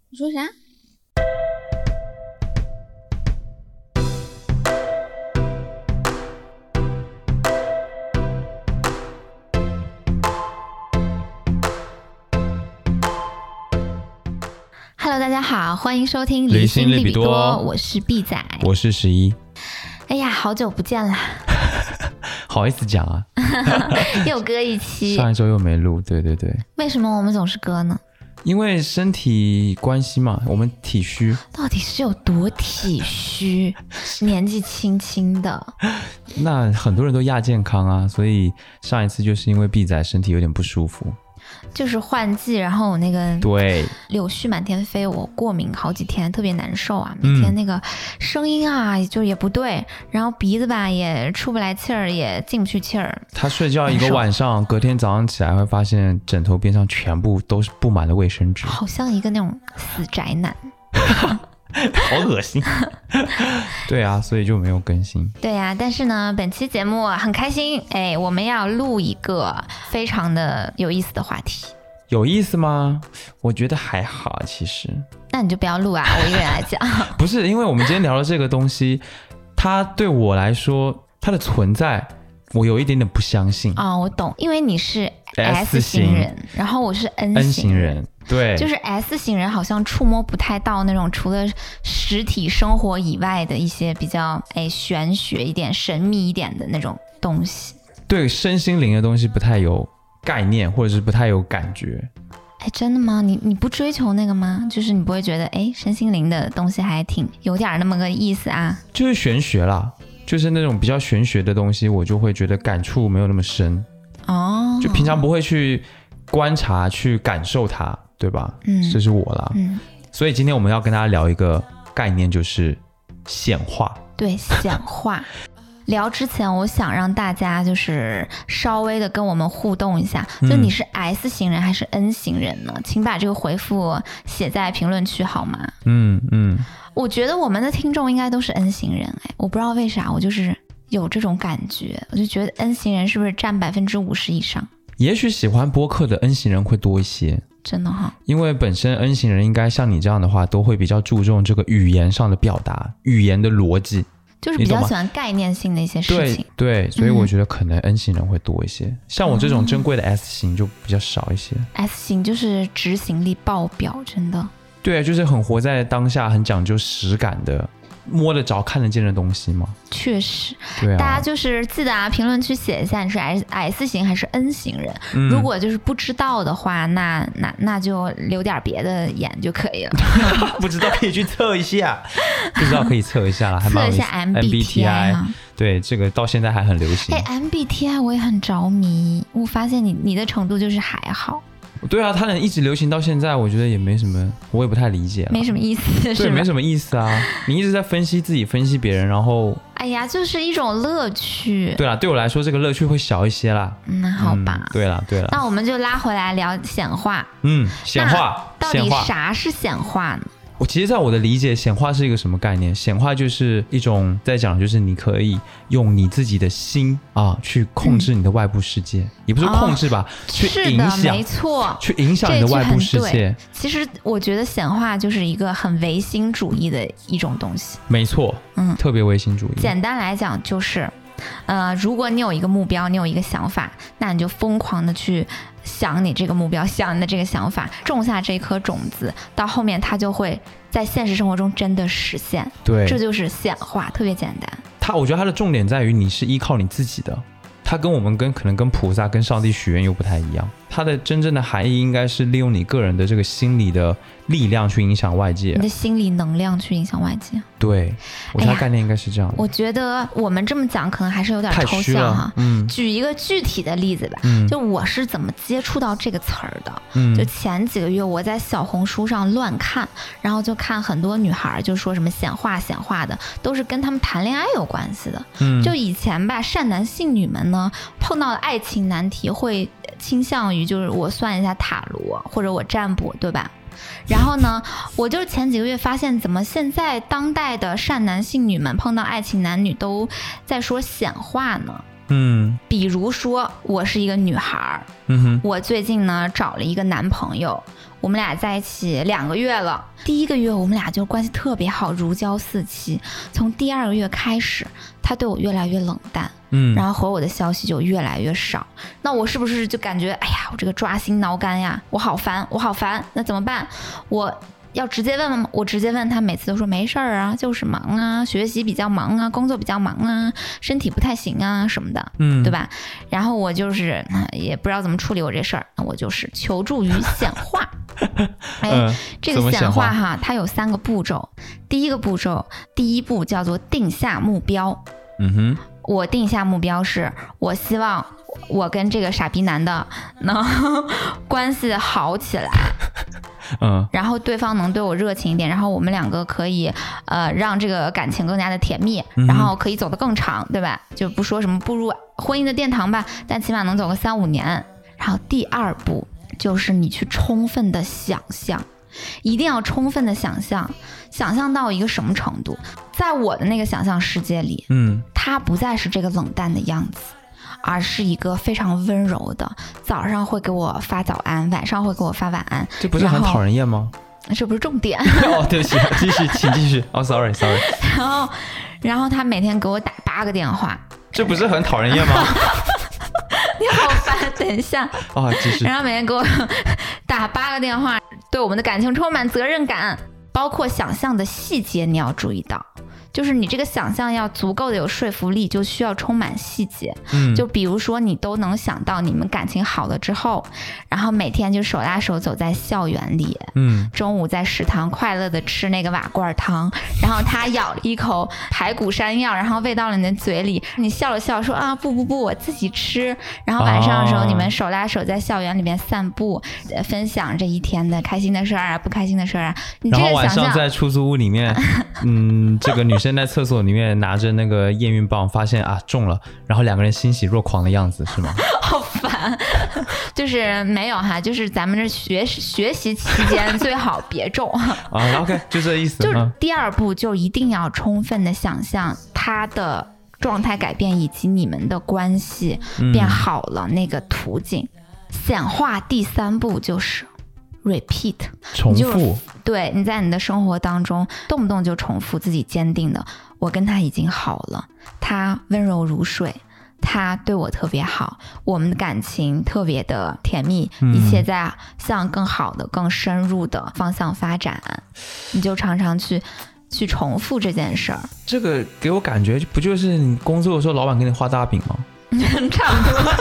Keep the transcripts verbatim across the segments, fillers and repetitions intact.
你说啥？Hello， 大家好，欢迎收听离心利比多，我是 B 仔， 我是十一。 哎呀，好久不见啦！ 好意思讲啊？ 又割一期， 上一周又没录，对对对。 为什么我们总是割呢？ 因为身体关系嘛，我们体虚。 到底是有多体虚？年纪轻轻的。 那很多人都亚健康啊，所以上一次就是因为 B 仔身体有点不舒服。 就是换季，然后我那个对柳絮满天飞，我过敏好几天，特别难受啊！每天那个声音啊，嗯、就也不对，然后鼻子吧也出不来气儿，也进不去气儿。 他睡觉一个晚上，隔天早上起来会发现枕头边上全部都是布满了卫生纸， 好像一个那种死宅男。 好恶心。对啊，所以就没有更新。 对啊，但是呢，本期节目很开心，哎，我们要录一个非常的有意思的话题。 有意思吗？我觉得还好，其实。 那你就不要录啊，我一个人来讲。 不是，因为我们今天聊的这个东西，它对我来说，它的存在，我有一点点不相信。 哦，我懂，因为你是 S 型人，然后我是 N 型 N 型人。对， 就是 S 型人好像触摸不太到那种除了实体生活以外的一些比较哎玄学一点、神秘一点的那种东西。 对身心灵的东西不太有概念，或者是不太有感觉。 哎，真的吗？你你不追求那个吗？就是你不会觉得哎身心灵的东西还挺有点那么个意思啊？ 就是玄学啦，就是那种比较玄学的东西，我就会觉得感触没有那么深。 哦， 就平常不会去观察、去感受它。对吧？嗯，这是我啦。嗯，所以今天我们要跟大家聊一个概念，就是显化。 对，显化。聊之前，我想让大家就是稍微的跟我们互动一下，就你是 S 型人还是 N 型人呢？请把这个回复写在评论区好吗？ 嗯嗯。 我觉得我们的听众应该都是 N 型人，哎，我不知道为啥，我就是有这种感觉，我就觉得 N 型人是不是占百分之五十以上？ 也许喜欢播客的 N 型人会多一些。 真的哈、哦， 因为本身 N 型人应该像你这样的话，都会比较注重这个语言上的表达，语言的逻辑， 就是比较喜欢概念性的一些事情。 对对，所以我觉得可能 N 型人会多一些，嗯、像我这种珍贵的 S 型就比较少一些。 S 型就是执行力爆表，真的。对， 就是很活在当下，很讲究实感的。摸得着看得见的东西吗？ 确实， 对啊， 大家就是记得啊，评论区写一下你是 S, S 型还是 N 型人、嗯、如果就是不知道的话，那那那就留点别的言就可以了。 不知道可以去测一下，不知道可以测一下了，还蛮有意思。 测一下 M B T I、啊、 对，这个到现在还很流行。 哎 ，M B T I 我也很着迷，我发现你你的程度就是还好。 对啊，它能一直流行到现在，我觉得也没什么，我也不太理解， 没什么意思，是吧？ 对，没什么意思啊！你一直在分析自己，分析别人，然后， 哎呀，就是一种乐趣。 对啦，对我来说，这个乐趣会小一些啦。 嗯，那好吧。 嗯、对啦，对啦。 那我们就拉回来聊显化。 嗯，显化， 到底啥是显化呢？ 我其实在我的理解，显化是一个什么概念？显化就是一种在讲，就是你可以用你自己的心啊去控制你的外部世界，嗯、也不是控制吧， 哦、 去影响， 没错， 去影响你的外部世界。 其实我觉得显化就是一个很唯心主义的一种东西。 没错，嗯，特别唯心主义。 简单来讲就是。呃，如果你有一个目标，你有一个想法，那你就疯狂的去想你这个目标，想你的这个想法，种下这颗种子，到后面它就会在现实生活中真的实现。 对， 这就是显化，特别简单。 它，我觉得它的重点在于你是依靠你自己的，它跟我们跟可能跟菩萨跟上帝许愿又不太一样。它的真正的含义应该是利用你个人的这个心理的力量去影响外界， 你的心理能量去影响外界。 对，我觉得概念应该是这样的、哎、 我觉得我们这么讲可能还是有点抽象哈。嗯，举一个具体的例子吧、嗯、就我是怎么接触到这个词儿的、嗯、就前几个月我在小红书上乱看，然后就看很多女孩就说什么显化显化的，都是跟他们谈恋爱有关系的。嗯，就以前吧，善男信女们呢碰到爱情难题会倾向于就是我算一下塔罗或者我占卜，对吧？然后呢，我就前几个月发现，怎么现在当代的善男信女们碰到爱情男女都在说显化呢？ 嗯， 比如说我是一个女孩， 嗯哼， 我最近呢找了一个男朋友，我们俩在一起两个月了。第一个月我们俩就关系特别好，如胶似漆。从第二个月开始，他对我越来越冷淡， 嗯， 然后回我的消息就越来越少。那我是不是就感觉，哎呀，我这个抓心挠肝呀，我好烦，我好烦。那怎么办？我要直接问吗？我直接问他，每次都说没事儿啊，就是忙啊，学习比较忙啊，工作比较忙啊，身体不太行啊什么的， 嗯， 对吧？然后我就是也不知道怎么处理我这事儿，我就是求助于显化。哎、 嗯， 这个显化哈，它有三个步骤。第一个步骤，第一步叫做定下目标。 嗯哼， 我定下目标是，我希望我跟这个傻逼男的能关系好起来。 嗯， 然后对方能对我热情一点，然后我们两个可以呃让这个感情更加的甜蜜， 嗯、 然后可以走得更长，对吧？就不说什么步入婚姻的殿堂吧，但起码能走个三五年。然后第二步就是你去充分的想象，一定要充分的想象，想象到一个什么程度？在我的那个想象世界里， 嗯， 他不再是这个冷淡的样子，而是一个非常温柔的，早上会给我发早安，晚上会给我发晚安。 这不是很讨人厌吗？ 这不是重点。 哦，对不起，继续，请继续。哦 ，sorry sorry。 然后，然后他每天给我打八个电话， 这不是很讨人厌吗？ 你好烦，等一下。 哦，继续。 然后每天给我打八个电话，对我们的感情充满责任感，包括想象的细节你要注意到。就是你这个想象要足够的有说服力，就需要充满细节。 嗯， 就比如说你都能想到你们感情好了之后，然后每天就手拉手走在校园里， 嗯， 中午在食堂快乐的吃那个瓦罐汤，然后他咬了一口排骨山药，然后喂到了你的嘴里，你笑了笑说啊不不不，我自己吃。然后晚上的时候，你们手拉手在校园里面散步，呃、分享这一天的开心的事儿啊，不开心的事儿啊。你这个然后晚上在出租屋里面，嗯，这个女生在厕所里面拿着那个验孕棒，发现啊中了，然后两个人欣喜若狂的样子，是吗？ 好烦，就是没有哈，就是咱们这学学习期间最好别中啊。 OK， 就这意思。 就是第二步就一定要充分的想象他的状态改变以及你们的关系变好了那个途径。嗯、显化第三步就是。repeat 重复， 对，你在你的生活当中动不动就重复自己坚定的，我跟他已经好了，他温柔如水，他对我特别好，我们的感情特别的甜蜜，嗯、一切在向更好的更深入的方向发展，你就常常去去重复这件事儿。 这个给我感觉不就是你工作的时候老板给你画大饼吗？ 差不多。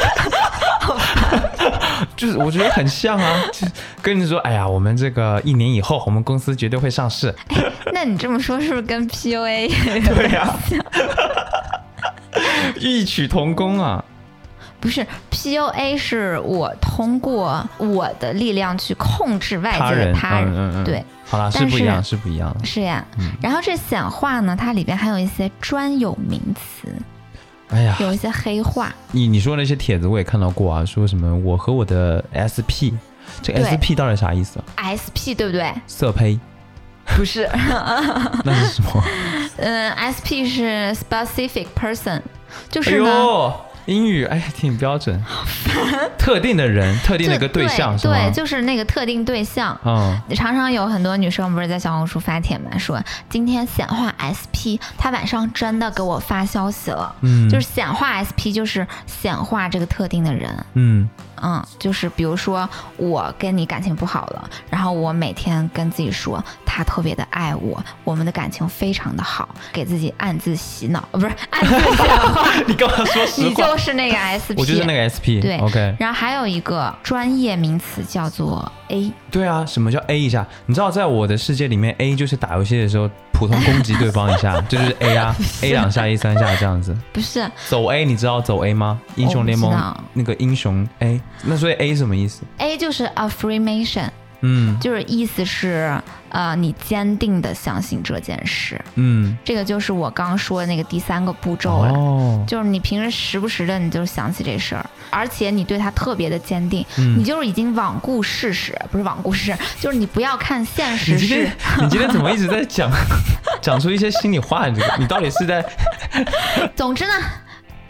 就是我觉得很像啊，就是跟你说，哎呀，我们这个一年以后，我们公司绝对会上市。 哎，那你这么说是不是跟 P U A 对呀、啊，异曲同工啊。 不是 P U A 是我通过我的力量去控制外界的他人，他人嗯嗯嗯、 对。 好啦，是不一样，是不一样的。 是呀，嗯、然后这显化呢，它里边还有一些专有名词。 哎呀， 有一些黑话。 你你说那些帖子我也看到过啊，说什么我和我的 S P， 这个 S P 到底啥意思 ？S P 对不对？ 色胚？ 不是， 那是什么？ 嗯 ，S P 是 specific person， 就是呢。 哎呦英语哎挺标准，特定的人，特定的一个对象是吗？ 对，就是那个特定对象。嗯，常常有很多女生不是在小红书发帖嘛，说今天显化 S P， 她晚上真的给我发消息了。嗯，就是显化 S P， 就是显化这个特定的人。嗯嗯，就是比如说我跟你感情不好了，然后我每天跟自己说他特别的爱我，我们的感情非常的好，给自己暗自洗脑，不是暗自显化。 你干嘛说实话？ 你就是那个 S P， 我就是那个 S P。 对 ，OK。 然后还有一个专业名词叫做 A。 对啊，什么叫 A 一下？你知道，在我的世界里面 ，A 就是打游戏的时候普通攻击对方一下，这就是 A 啊 ，A 两下 ，A 三下这样子。 不是走 A， 你知道走 A 吗？英雄联盟那个英雄 A， 那所以 A 什么意思 ？A 就是 affirmation。 嗯， 就是意思是，呃，你坚定的相信这件事。嗯，这个就是我刚说的那个第三个步骤了。哦，就是你平时时不时的你就想起这事儿，而且你对它特别的坚定。嗯，你就是已经罔顾事实，不是罔顾事实，就是你不要看现实是。 你, 你今天怎么一直在讲讲出一些心里话？你这个，你到底是在？ 总之呢。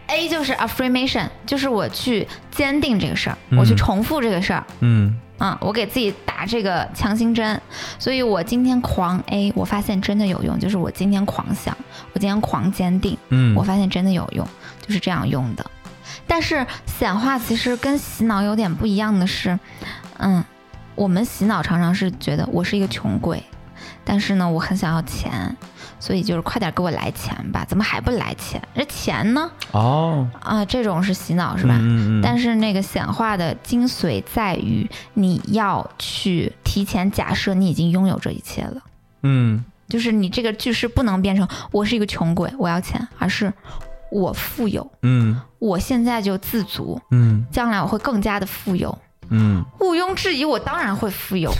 A 就是 affirmation， 就是我去坚定这个事儿、嗯，我去重复这个事儿， 嗯嗯，我给自己打这个强心针，所以我今天狂 A， 我发现真的有用，就是我今天狂想，我今天狂坚定， 嗯， 我发现真的有用，就是这样用的。但是显化其实跟洗脑有点不一样的是，嗯，我们洗脑常常是觉得我是一个穷鬼，但是呢，我很想要钱。所以就是快点给我来钱吧，怎么还不来钱？这钱呢？ 哦， 啊，这种是洗脑是吧？ 嗯嗯。 但是那个显化的精髓在于你要去提前假设你已经拥有这一切了。 嗯， 就是你这个句式不能变成我是一个穷鬼，我要钱，而是我富有。 嗯， 我现在就自足。 嗯， 将来我会更加的富有。 嗯， 毋庸置疑，我当然会富有。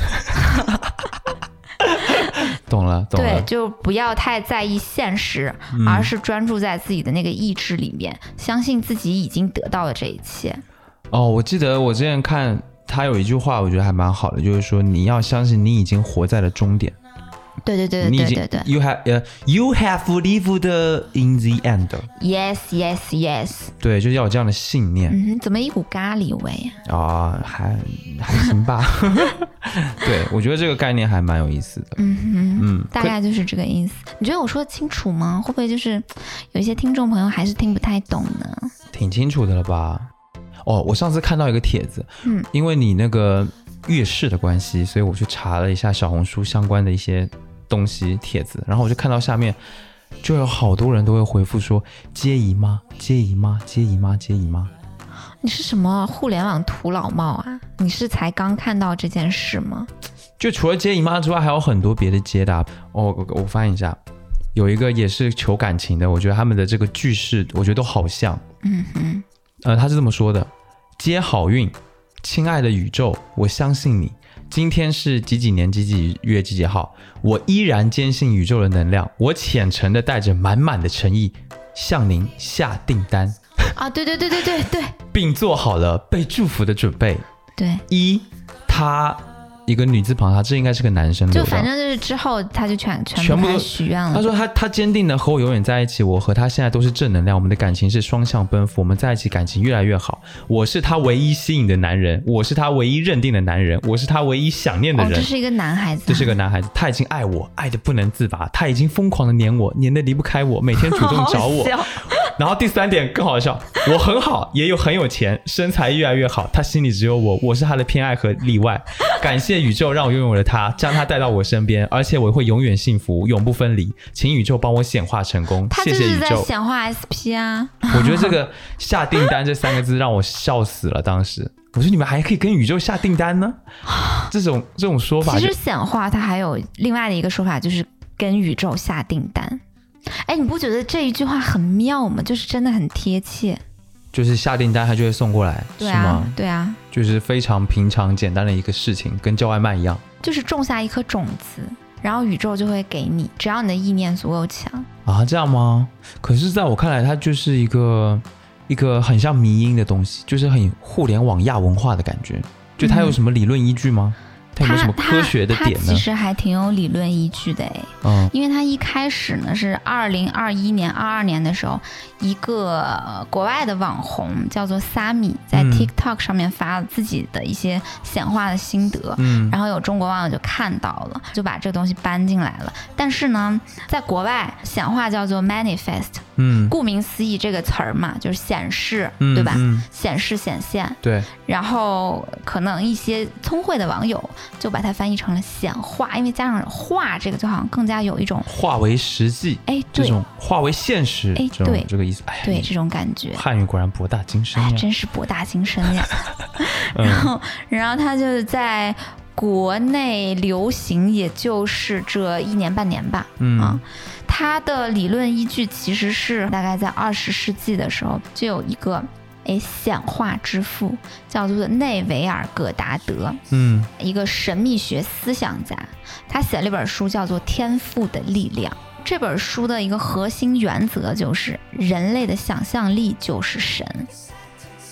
懂了，懂了。 对，就不要太在意现实、嗯，而是专注在自己的那个意志里面，相信自己已经得到了这一切。 哦，我记得我之前看他有一句话，我觉得还蛮好的，就是说你要相信你已经活在了终点。 对对对对对对 ，You have、uh, you have lived in the end. Yes, yes, yes. 对，就是要有这样的信念。 嗯，怎么一股咖喱味啊？哦，还还行吧。对，我觉得这个概念还蛮有意思的。 嗯哼，嗯，大概就是这个意思。你觉得我说的清楚吗？会不会就是有一些听众朋友还是听不太懂呢？ 挺清楚的了吧？哦，我上次看到一个帖子，嗯，因为你那个月事的关系，所以我去查了一下小红书相关的一些东西帖子，然后我就看到下面就有好多人都会回复说接姨妈接姨妈接姨妈接姨妈。 你是什么互联网土老帽啊？你是才刚看到这件事吗？ 就除了接姨妈之外还有很多别的接的、啊、哦，我, 我翻译一下，有一个也是求感情的，我觉得他们的这个句式我觉得都好像。 嗯哼， 呃，他是这么说的：接好运，亲爱的宇宙，我相信你。今天是几几年几几月几几号，我依然坚信宇宙的能量，我虔诚的带着满满的诚意向您下订单啊！对对对对对对， 并做好了被祝福的准备。 对， 一他一个女字旁，他这应该是个男生， 就反正就是之后他就全全部都许愿了。 他说他他坚定的和我永远在一起，我和他现在都是正能量，我们的感情是双向奔赴，我们在一起感情越来越好。我是他唯一吸引的男人，我是他唯一认定的男人，我是他唯一想念的人。 哦，这是一个男孩子、啊， 这是个男孩子，他已经爱我，爱的不能自拔，他已经疯狂的黏我，黏的离不开我，每天主动找我。然后第三点更好笑，我很好，也有很有钱，身材越来越好，他心里只有我，我是他的偏爱和例外。感谢宇宙让我拥有了他，将他带到我身边，而且我会永远幸福，永不分离。请宇宙帮我显化成功，谢谢宇宙。 他就是在显化 S P 啊。 我觉得这个下订单这三个字让我笑死了。当时我说你们还可以跟宇宙下订单呢，这种这种说法。 其实显化它还有另外的一个说法，就是跟宇宙下订单。哎，你不觉得这一句话很妙吗？就是真的很贴切。 就是下订单他就会送过来， 对啊， 是吗？ 对啊， 就是非常平常简单的一个事情，跟叫外卖一样， 就是种下一颗种子，然后宇宙就会给你，只要你的意念足够强啊。这样吗？可是在我看来它就是一个一个很像迷因的东西，就是很互联网亚文化的感觉。就它有什么理论依据吗？嗯，它有没有什么科学的点呢？ 它其实还挺有理论依据的哎， 嗯， 因为它一开始呢是二零二一年、二二年的时候，一个国外的网红叫做 Sammy 在 TikTok 上面发了自己的一些显化的心得，嗯，然后有中国网友就看到了，就把这个东西搬进来了。但是呢，在国外显化叫做 manifest，嗯，顾名思义这个词儿嘛，就是显示，嗯，对吧？嗯，显示显现， 对。 然后可能一些聪慧的网友就把它翻译成了显化，因为加上化这个就好像更加有一种化为实际， 哎， 这种化为现实， 哎，对， 这个意思，哎， 对，这种感觉。 汉语果然博大精深呀， 哎，真是博大精深呀。然后，然后他就在国内流行，也就是这一年半年吧，嗯啊。他的理论依据其实是大概在二十世纪的时候，就有一个哎显化之父叫做内维尔葛达德，嗯，一个神秘学思想家，他写了一本书叫做《天赋的力量》。这本书的一个核心原则就是人类的想象力就是神。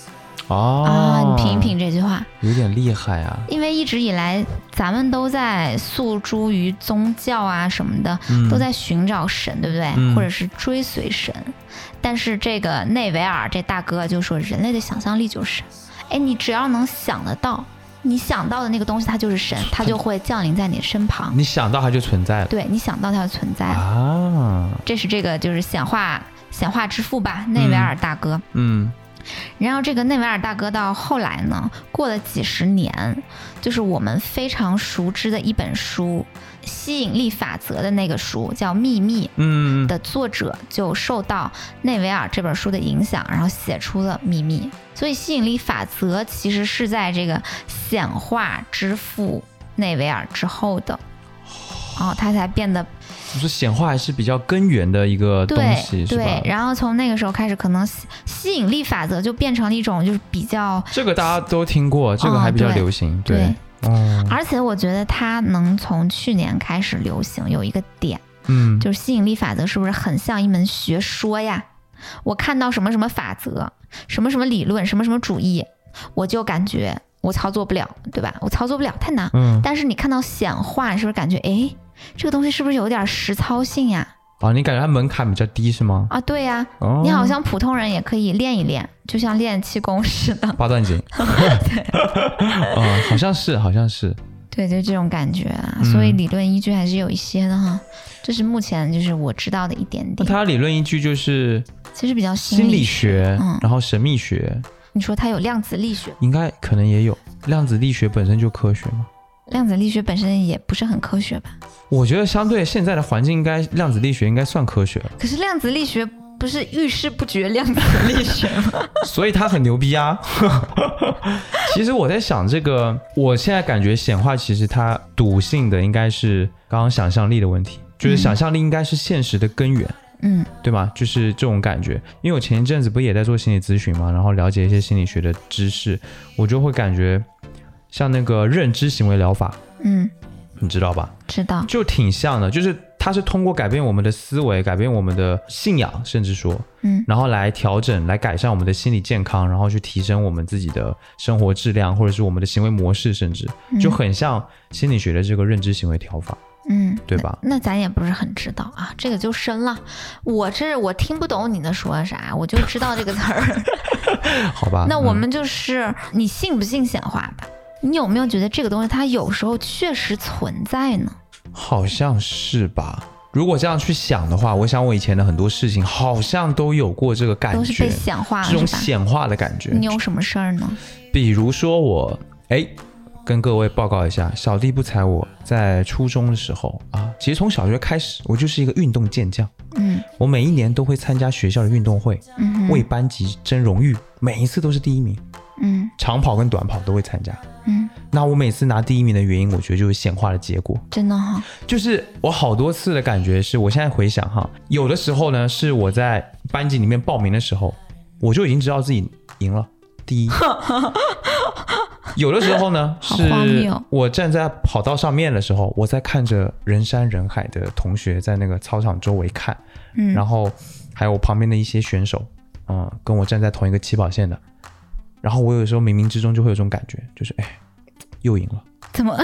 哦啊，你品一品这句话， 有点厉害啊。 因为一直以来咱们都在诉诸于宗教啊什么的，嗯、都在寻找神，对不对？嗯、或者是追随神。但是这个内维尔这大哥就说，人类的想象力就是神。哎，你只要能想得到，你想到的那个东西，它就是神，它就会降临在你身旁。 你想到它就存在了。 对，你想到它就存在了啊。 这是这个就是显化显化之父吧，内维尔大哥。嗯。嗯然后这个内维尔大哥到后来呢，过了几十年，就是我们非常熟知的一本书《吸引力法则》的那个书叫《秘密》，嗯，的作者就受到内维尔这本书的影响，然后写出了《秘密》。所以吸引力法则其实是在这个显化之父内维尔之后的，然后他才变得。 就是显化还是比较根源的一个东西，是吧？ 对，然后从那个时候开始，可能吸引力法则就变成了一种就是比较这个大家都听过，这个还比较流行， 哦、对。对嗯、而且我觉得它能从去年开始流行，有一个点，嗯，就是吸引力法则是不是很像一门学说呀？我看到什么什么法则，什么什么理论，什么什么主义，我就感觉我操作不了，对吧？我操作不了，太难。嗯。但是你看到显化，是不是感觉哎？这个东西是不是有点实操性呀？ 啊，你感觉它门槛比较低是吗？ 啊，对呀、啊哦，你好像普通人也可以练一练，就像练气功似的。 八段锦。对，嗯，好像是，好像是。 对，就这种感觉啊，所以理论依据还是有一些的哈。这是目前就是我知道的一点点。 那它理论依据就是其实比较心理学，嗯，然后神秘学。 你说它有量子力学？ 应该可能也有，量子力学本身就科学嘛。 量子力学本身也不是很科学吧？ 我觉得相对现在的环境，应该量子力学应该算科学了。 可是量子力学不是遇事不决量子力学吗？ 所以它很牛逼啊！其实我在想这个，我现在感觉显化其实它笃信的应该是刚刚想象力的问题，就是想象力应该是现实的根源。嗯，对吗？就是这种感觉。因为我前一阵子不也在做心理咨询嘛，然后了解一些心理学的知识，我就会感觉。像那个认知行为疗法，嗯，你知道吧？ 知道， 就挺像的，就是它是通过改变我们的思维，改变我们的信仰，甚至说，嗯，然后来调整，来改善我们的心理健康，然后去提升我们自己的生活质量，或者是我们的行为模式，甚至就很像心理学的这个认知行为调法，嗯，对吧？ 那, 那咱也不是很知道啊，这个就深了。我这我听不懂你在说啥，我就知道这个词儿。 好吧， 那我们就是、嗯、你信不信显化吧？你有没有觉得这个东西它有时候确实存在呢？ 好像是吧。如果这样去想的话，我想我以前的很多事情好像都有过这个感觉， 都是被显化了， 这种显化的感觉。 你有什么事儿呢？ 比如说我，哎，跟各位报告一下，小弟不才我在初中的时候啊，其实从小学开始，我就是一个运动健将。嗯，我每一年都会参加学校的运动会，嗯，为班级争荣誉，每一次都是第一名。嗯，长跑跟短跑都会参加。嗯，那我每次拿第一名的原因，我觉得就是显化的结果。 真的哈、哦， 就是我好多次的感觉是，我现在回想哈，有的时候呢，是我在班级里面报名的时候，我就已经知道自己赢了第一。有的时候呢，是我站在跑道上面的时候，我在看着人山人海的同学在那个操场周围看，嗯，然后还有我旁边的一些选手，嗯，跟我站在同一个起跑线的。然后我有时候冥冥之中就会有这种感觉，就是哎，又赢了。 怎么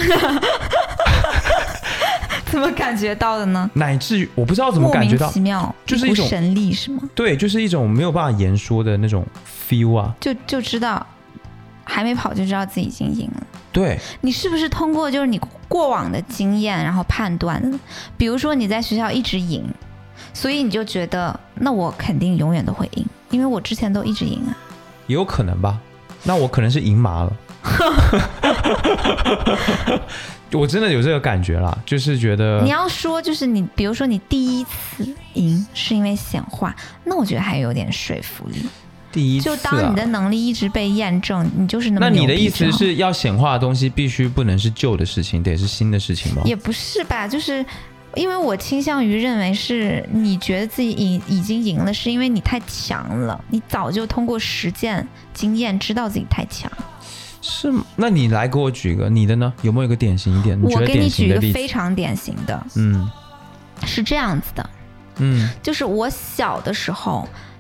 怎么感觉到的呢？ 乃至于我不知道怎么感觉到， 莫名其妙， 就是一种神力是吗？ 对，就是一种没有办法言说的那种 feel 啊， 就就知道还没跑就知道自己已经赢了。 对， 你是不是通过就是你过往的经验然后判断的？比如说你在学校一直赢，所以你就觉得那我肯定永远都会赢，因为我之前都一直赢啊。 也有可能吧，那我可能是赢麻了。我真的有这个感觉啦，就是觉得你要说就是你比如说你第一次赢是因为显化，那我觉得还有点说服力。 第一次、啊、 就当你的能力一直被验证，你就是那么牛逼。 那你的意思是要显化的东西必须不能是旧的事情，得是新的事情吗？ 也不是吧，就是因为我倾向于认为是你觉得自己已已经赢了，是因为你太强了，你早就通过实践经验知道自己太强。 是吗？那你来给我举一个你的呢？有没有一个典型一点？你觉得典型的例子？ 我给你举一个非常典型的，嗯，是这样子的，嗯，就是我小的时候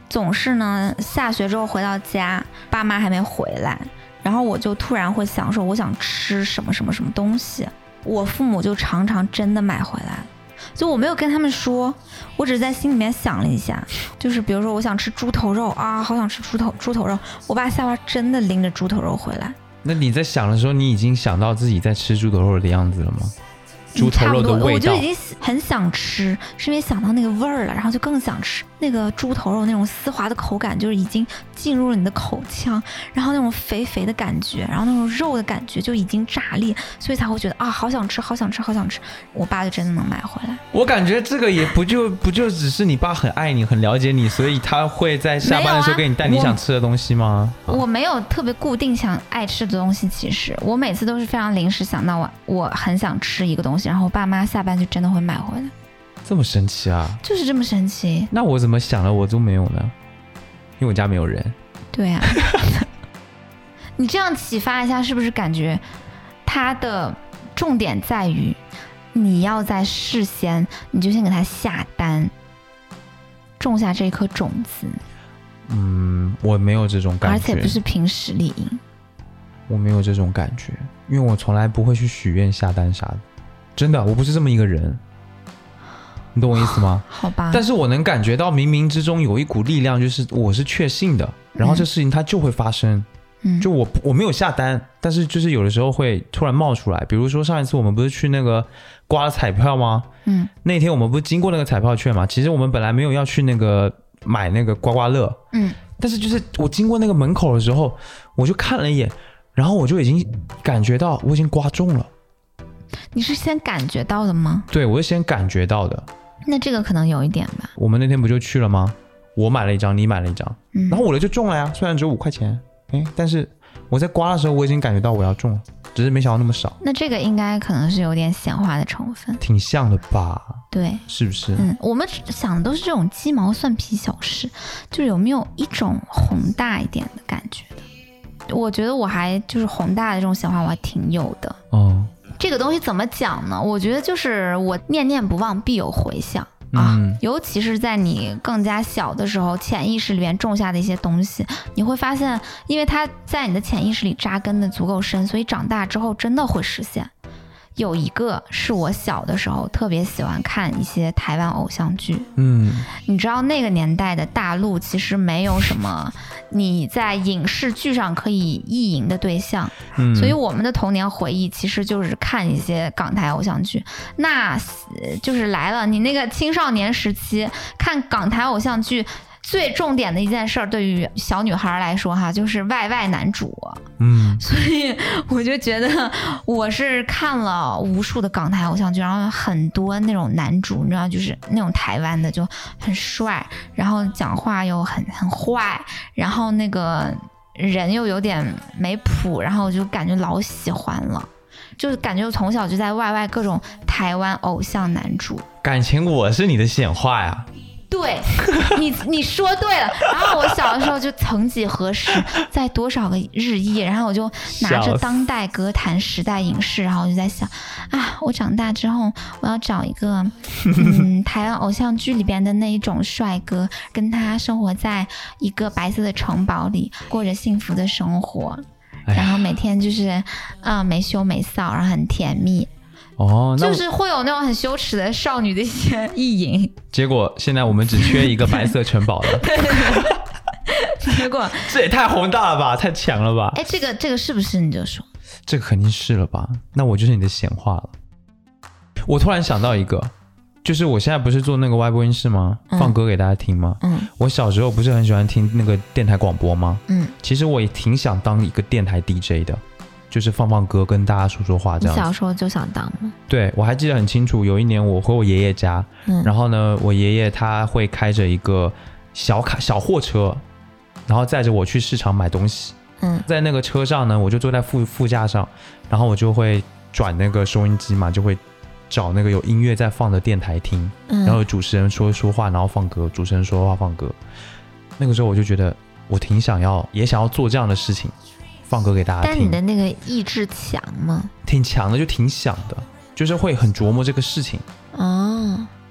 总是呢下学之后回到家，爸妈还没回来，然后我就突然会想说我想吃什么什么什么东西，我父母就常常真的买回来，就我没有跟他们说，我只是在心里面想了一下，就是比如说我想吃猪头肉啊，好想吃猪头猪头肉，我爸下班真的拎着猪头肉回来。 那你在想的时候，你已经想到自己在吃猪头肉的样子了吗？猪头肉的味道， 我就已经很想吃，是因为想到那个味儿了，然后就更想吃那个猪头肉那种丝滑的口感，就是已经进入了你的口腔，然后那种肥肥的感觉，然后那种肉的感觉就已经炸裂，所以才会觉得啊，好想吃，好想吃，好想吃。我爸就真的能买回来。 我感觉这个也不就不就只是你爸很爱你，很了解你，所以他会在下班的时候给你带你想吃的东西吗？ 我, 我没有特别固定想爱吃的东西，其实我每次都是非常临时想到我我很想吃一个东西，然后我爸妈下班就真的会买回来。 这么神奇啊？ 就是这么神奇。 那我怎么想了我都没有呢？因为我家没有人。 对啊。你这样启发一下，是不是感觉它的重点在于你要在事先你就先给他下单，种下这颗种子？ 嗯，我没有这种感觉， 而且不是凭实力赢。 我没有这种感觉，因为我从来不会去许愿下单啥的，真的，我不是这么一个人，你懂我意思吗？ 好吧。 但是我能感觉到冥冥之中有一股力量，就是我是确信的，然后这事情它就会发生。嗯，就我我没有下单，但是就是有的时候会突然冒出来。比如说上一次我们不是去那个刮了彩票吗？嗯，那天我们不是经过那个彩票券吗？其实我们本来没有要去那个买那个刮刮乐，嗯，但是就是我经过那个门口的时候，我就看了一眼。然后我就已经感觉到我已经刮中了。 你是先感觉到的吗？ 对，我是先感觉到的。 那这个可能有一点吧。 我们那天不就去了吗？我买了一张，你买了一张，嗯、然后我的就中了呀，虽然只有五块钱，哎，但是我在刮的时候我已经感觉到我要中了，只是没想到那么少。 那这个应该可能是有点显化的成分。 挺像的吧？ 对， 是不是？ 嗯，我们想的都是这种鸡毛蒜皮小事，就有没有一种宏大一点的感觉的？我觉得我还就是宏大的这种显化我还挺有的。哦，这个东西怎么讲呢？我觉得就是我念念不忘必有回响啊、嗯，尤其是在你更加小的时候，潜意识里面种下的一些东西，你会发现因为它在你的潜意识里扎根的足够深，所以长大之后真的会实现。有一个是我小的时候特别喜欢看一些台湾偶像剧，嗯，你知道那个年代的大陆其实没有什么你在影视剧上可以意淫的对象，嗯，所以我们的童年回忆其实就是看一些港台偶像剧，那就是来了你那个青少年时期看港台偶像剧。最重点的一件事对于小女孩来说哈，就是外外男主，嗯，所以我就觉得我是看了无数的港台偶像剧，然后很多那种男主，你知道，就是那种台湾的就很帅，然后讲话又很很坏，然后那个人又有点没谱，然后我就感觉老喜欢了。就是感觉我从小就在外外各种台湾偶像男主。 感情我是你的显化呀。 对，你你说对了。然后我小的时候就曾几何时，在多少个日夜，然后我就拿着当代歌坛时代影视，然后我就在想啊，我长大之后我要找一个嗯台湾偶像剧里边的那一种帅哥，跟他生活在一个白色的城堡里，过着幸福的生活，然后每天就是嗯、呃、没羞没臊，然后很甜蜜。哦，就是会有那种很羞耻的少女的一些意淫。 结果现在我们只缺一个白色城堡了。 对对对。结果这也太宏大了吧，太强了吧？ 哎，这个这个是不是你就说？ 这个肯定是了吧？那我就是你的显化了。我突然想到一个，就是我现在不是做那个外播音室吗？嗯、放歌给大家听吗？嗯。我小时候不是很喜欢听那个电台广播吗？嗯。其实我也挺想当一个电台 D J 的。就是放放歌跟大家说说话这样子。 你小时候就想当吗？ 对，我还记得很清楚，有一年我回我爷爷家、嗯、然后呢我爷爷他会开着一个小卡小货车，然后载着我去市场买东西。嗯，在那个车上呢，我就坐在副副驾上，然后我就会转那个收音机嘛，就会找那个有音乐在放的电台听、嗯、然后主持人说说话，然后放歌，主持人说话放歌。那个时候我就觉得我挺想要也想要做这样的事情，放歌给大家听。 但你的那个意志强吗？ 挺强的，就挺想的，就是会很琢磨这个事情。哦。然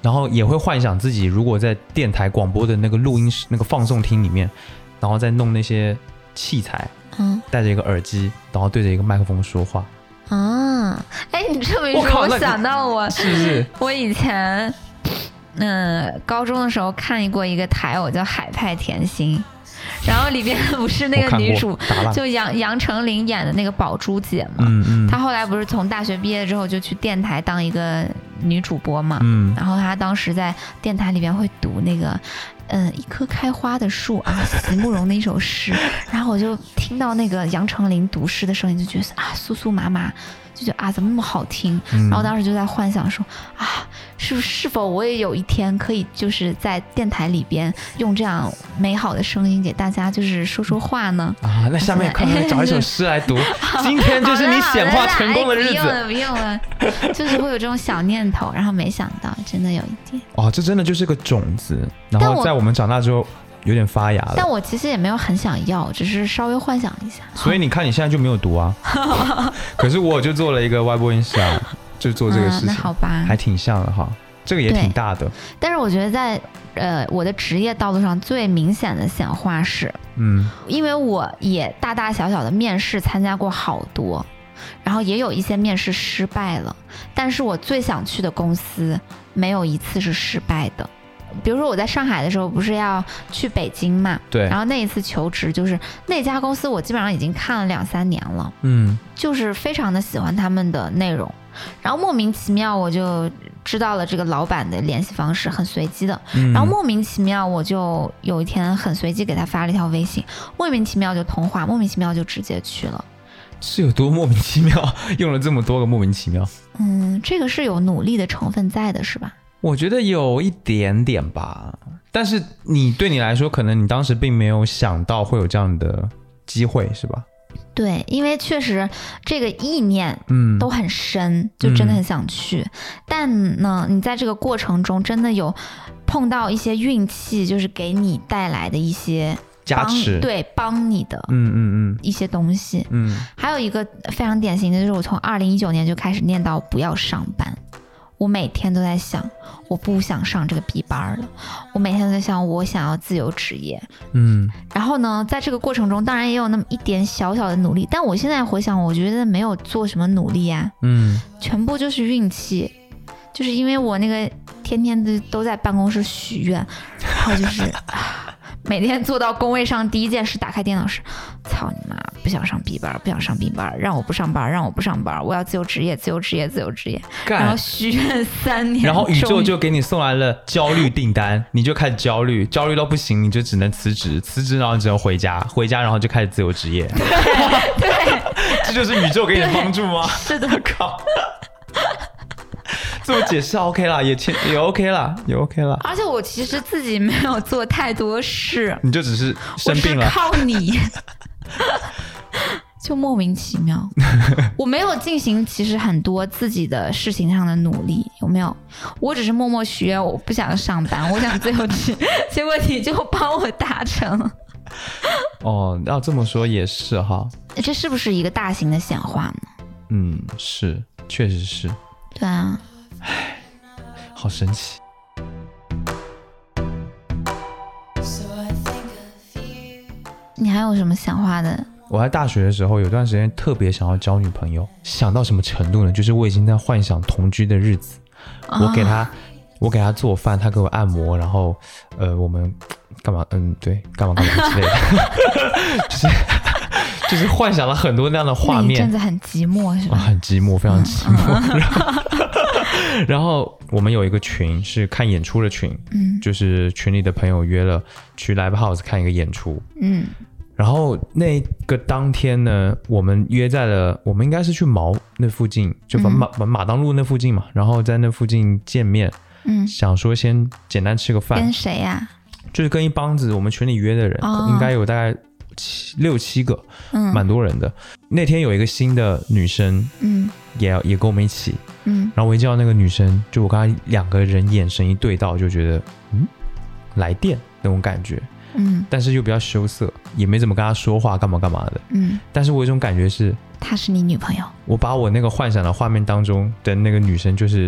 然后也会幻想自己如果在电台广播的那个录音室那个放送厅里面，然后再弄那些器材，嗯，戴着一个耳机，然后对着一个麦克风说话。 啊，哎，你这么一说，我想到我是不是？我以前，嗯，高中的时候看过一个台偶叫《海派甜心》，然后里边不是那个女主就杨杨丞琳演的那个宝珠姐嘛，嗯嗯，她后来不是从大学毕业之后就去电台当一个女主播嘛，嗯，然后她当时在电台里边会读那个。嗯，一棵开花的树啊，席慕容的一首诗，然后我就听到那个杨丞琳读诗的声音，就觉得啊，酥酥麻麻，就觉得啊，怎么那么好听？嗯、然后当时就在幻想说啊，是不是否我也有一天可以就是在电台里边用这样美好的声音给大家就是说说话呢？ 啊，那下面快快找一首诗来读，今天就是你显化成功的日子。 不用了，不用了，就是会有这种小念头，然后没想到真的有一天。 哦，这真的就是个种子，然后在我们长大之后有点发芽了。 但我其实也没有很想要，只是稍微幻想一下。 所以你看你现在就没有读啊。可是我就做了一个 Y 播音室啊，就做这个事情、嗯、那好吧， 还挺像的哈，这个也挺大的。 但是我觉得在呃我的职业道路上最明显的显化是，嗯，因为我也大大小小的面试参加过好多，然后也有一些面试失败了，但是我最想去的公司没有一次是失败的。比如说我在上海的时候不是要去北京嘛， 对， 然后那一次求职就是那家公司我基本上已经看了两三年了，嗯，就是非常的喜欢他们的内容，然后莫名其妙我就知道了这个老板的联系方式，很随机的、嗯、然后莫名其妙我就有一天很随机给他发了一条微信，莫名其妙就通话，莫名其妙就直接去了。 是有多莫名其妙，用了这么多个莫名其妙？ 嗯，这个是有努力的成分在的是吧？ 我觉得有一点点吧，但是你对你来说可能你当时并没有想到会有这样的机会是吧？ 对，因为确实这个意念嗯都很深、嗯、就真的很想去、嗯、但呢你在这个过程中真的有碰到一些运气，就是给你带来的一些加持， 对，帮你的嗯嗯嗯一些东西。嗯，还有一个非常典型的就是我从二零一九年就开始念叨不要上班，我每天都在想我不想上这个 B 班了，我每天都在想我想要自由职业。嗯，然后呢在这个过程中当然也有那么一点小小的努力，但我现在回想我觉得没有做什么努力啊，嗯，全部就是运气，就是因为我那个天天都都在办公室许愿，然后就是每天坐到工位上第一件事打开电脑是操你妈，不想上 B 班，不想上 B 班，让我不上班，让我不上班，我要自由职业，自由职业，自由职业，然后许愿三年， 然后宇宙就给你送来了焦虑订单，你就开始焦虑，焦虑到不行，你就只能辞职，辞职然后只能回家，回家然后就开始自由职业。 对对， 这就是宇宙给你的帮助吗？ 是的， 靠。这么解释 OK 啦，也也 OK 啦，也 OK 啦。 而且我其实自己没有做太多事， 你就只是生病了， 我是靠你，就莫名其妙。我没有进行其实很多自己的事情上的努力，有没有？我只是默默许愿，我不想上班，我想自由职业，结果你就帮我达成了。 哦，要这么说也是哈。 这是不是一个大型的显化呢？ 嗯，是，确实是。 对啊。 唉，好神奇。 你还有什么想画的？ 我在大学的时候有段时间特别想要交女朋友，想到什么程度呢？就是我已经在幻想同居的日子，哦、我给她我给她做饭，她给我按摩，然后呃我们干嘛嗯对干嘛干嘛之类的就是就是幻想了很多那样的画面。 那一阵子很寂寞是吧、 啊、很寂寞，非常寂寞、嗯嗯、然后我们有一个群是看演出的群，嗯，就是群里的朋友约了去 Live House 看一个演出，嗯，然后那个当天呢我们约在了我们应该是去毛那附近，就马、嗯、马当路那附近嘛，然后在那附近见面，嗯，想说先简单吃个饭。 跟谁呀、啊？ 就是跟一帮子我们群里约的人、哦、应该有大概七六七个，嗯，蛮多人的。那天有一个新的女生，嗯，也也跟我们一起，嗯，然后我一见到那个女生，就我跟她两个人眼神一对到，就觉得嗯，来电那种感觉，嗯，但是又比较羞涩，也没怎么跟她说话，干嘛干嘛的，嗯，但是我有一种感觉是， 她是你女朋友。 我把我那个幻想的画面当中的那个女生，就是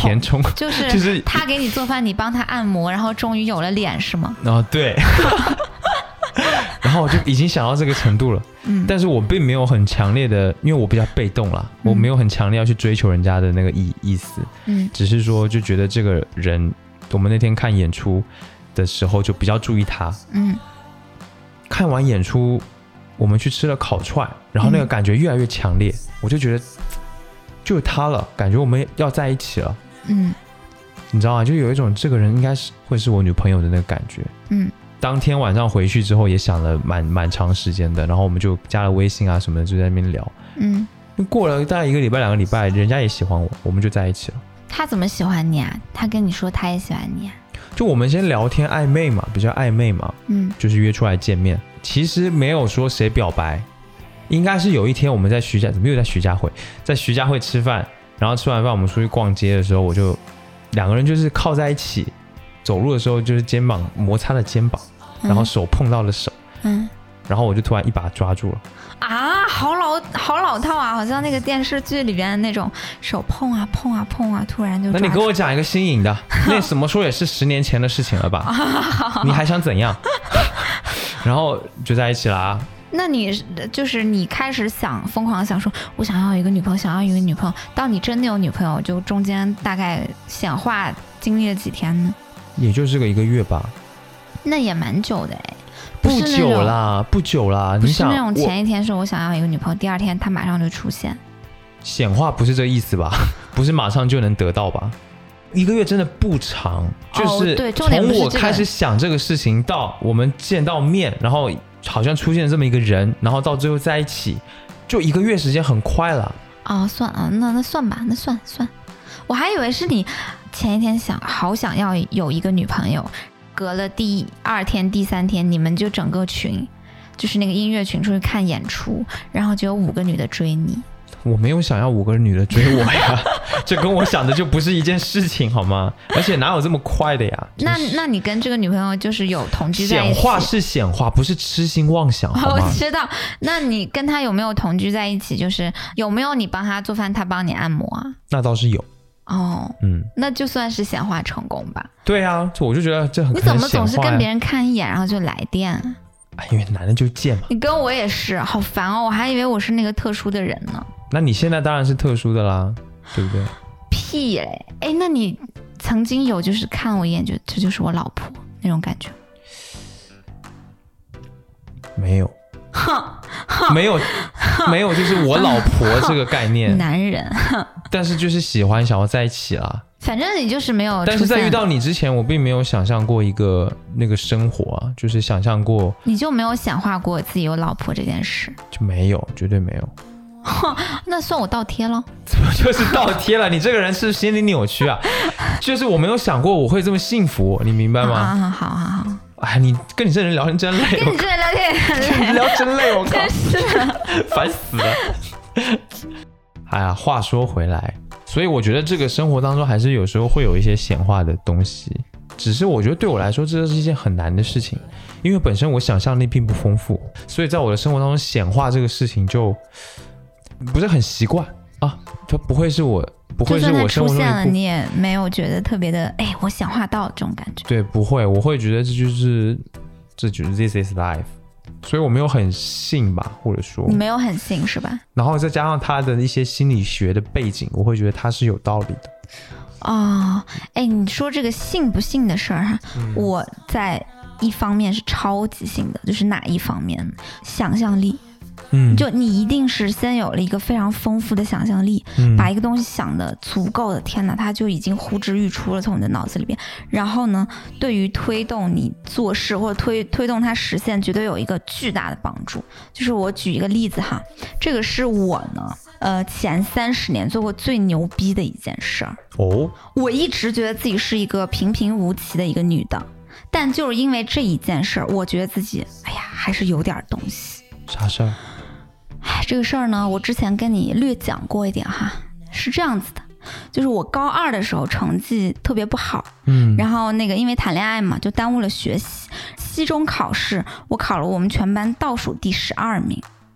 填充， 就是就是他给你做饭，你帮他按摩，然后终于有了脸是吗？ 哦，对。然后我就已经想到这个程度了，嗯，但是我并没有很强烈的，因为我比较被动啦，嗯、我没有很强烈要去追求人家的那个意意思，嗯，只是说就觉得这个人，我们那天看演出的时候就比较注意他，嗯，看完演出我们去吃了烤串，然后那个感觉越来越强烈，嗯、我就觉得就是他了，感觉我们要在一起了，嗯，你知道吗？就有一种这个人应该是会是我女朋友的那个感觉，嗯。当天晚上回去之后也想了蛮蛮长时间的，然后我们就加了微信啊什么的，就在那边聊。嗯，过了大概一个礼拜两个礼拜，人家也喜欢我，我们就在一起了。 他怎么喜欢你啊？他跟你说他也喜欢你啊？ 就我们先聊天暧昧嘛，比较暧昧嘛，嗯，就是约出来见面。其实没有说谁表白，应该是有一天我们在徐家，怎么又在徐家汇，在徐家汇吃饭，然后吃完饭我们出去逛街的时候，我就两个人就是靠在一起，走路的时候就是肩膀摩擦了肩膀。然后手碰到了手，嗯，然后我就突然一把抓住了， 啊，好老好老套啊，好像那个电视剧里边的那种手碰啊碰啊碰啊，突然就抓住。 那你给我讲一个新颖的，那怎么说也是十年前的事情了吧？你还想怎样？然后就在一起了啊。 那你就是你开始想疯狂想说，我想要一个女朋友，想要一个女朋友。到你真的有女朋友，就中间大概显化经历了几天呢？ 也就是个一个月吧。 那也蛮久的哎， 不久啦，不久啦。 不是那种前一天说我想要一个女朋友，第二天她马上就出现。 显化不是这个意思吧？不是马上就能得到吧？一个月真的不长，就是从我开始想这个事情到我们见到面，然后好像出现这么一个人，然后到最后在一起，就一个月时间很快了。 哦，算啊，那那算吧，那算算。我还以为是你前一天想好想要有一个女朋友。隔了第二天第三天你们就整个群就是那个音乐群出去看演出，然后就有五个女的追你。 我没有想要五个女的追我呀这跟我想的就不是一件事情好吗？而且哪有这么快的呀、就是、 那那你跟这个女朋友就是有同居在一起？ 显化是显化，不是痴心妄想好吗？ 我知道。那你跟她有没有同居在一起？就是有没有你帮她做饭她帮你按摩啊？ 那倒是有哦，嗯，那就算是显化成功吧。 对啊，我就觉得这很可能显化。 你怎么总是跟别人看一眼然后就来电？ 哎，因为男的就贱嘛。 你跟我也是，好烦哦！我还以为我是那个特殊的人呢。 那你现在当然是特殊的啦，对不对？ 屁嘞！哎，那你曾经有就是看我一眼就这就是我老婆那种感觉？ 没有。没有没有就是我老婆这个概念男人但是就是喜欢想要在一起啦。 反正你就是没有， 但是在遇到你之前我并没有想象过一个那个生活啊，就是想象过， 你就没有显化过自己有老婆这件事？ 就没有，绝对没有。 那算我倒贴了。 怎么就是倒贴了？你这个人是心理扭曲啊就是我没有想过我会这么幸福，你明白吗？ 好好好好好。 哎，你跟你这人聊天真累， 跟你这人聊天很累， 聊真累，我靠， 真是烦死了。哎呀，话说回来，所以我觉得这个生活当中还是有时候会有一些显化的东西，只是我觉得对我来说这是一件很难的事情，因为本身我想象力并不丰富，所以在我的生活当中显化这个事情就不是很习惯啊，它不会是我。不会是我生活中出现了你也没有觉得特别的哎，我显化到这种感觉。 对，不会，我会觉得这就是这就是 this is life， 所以我没有很信吧，或者说你没有很信是吧？ 然后再加上他的一些心理学的背景，我会觉得他是有道理的。 哦，哎，你说这个信不信的事儿哈，嗯、我在一方面是超级信的，就是哪一方面？想象力。嗯，就你一定是先有了一个非常丰富的想象力，嗯、把一个东西想的足够的，天哪，它就已经呼之欲出了，从你的脑子里边。然后呢，对于推动你做事或者推推动它实现，绝对有一个巨大的帮助。就是我举一个例子哈，这个是我呢，呃，前三十年做过最牛逼的一件事儿。哦，我一直觉得自己是一个平平无奇的一个女的，但就是因为这一件事儿，我觉得自己，哎呀，还是有点东西。 啥事儿？ 哎，这个事儿呢，我之前跟你略讲过一点哈，是这样子的，就是我高二的时候成绩特别不好，嗯，然后那个因为谈恋爱嘛，就耽误了学习。期中考试我考了我们全班倒数第十二名，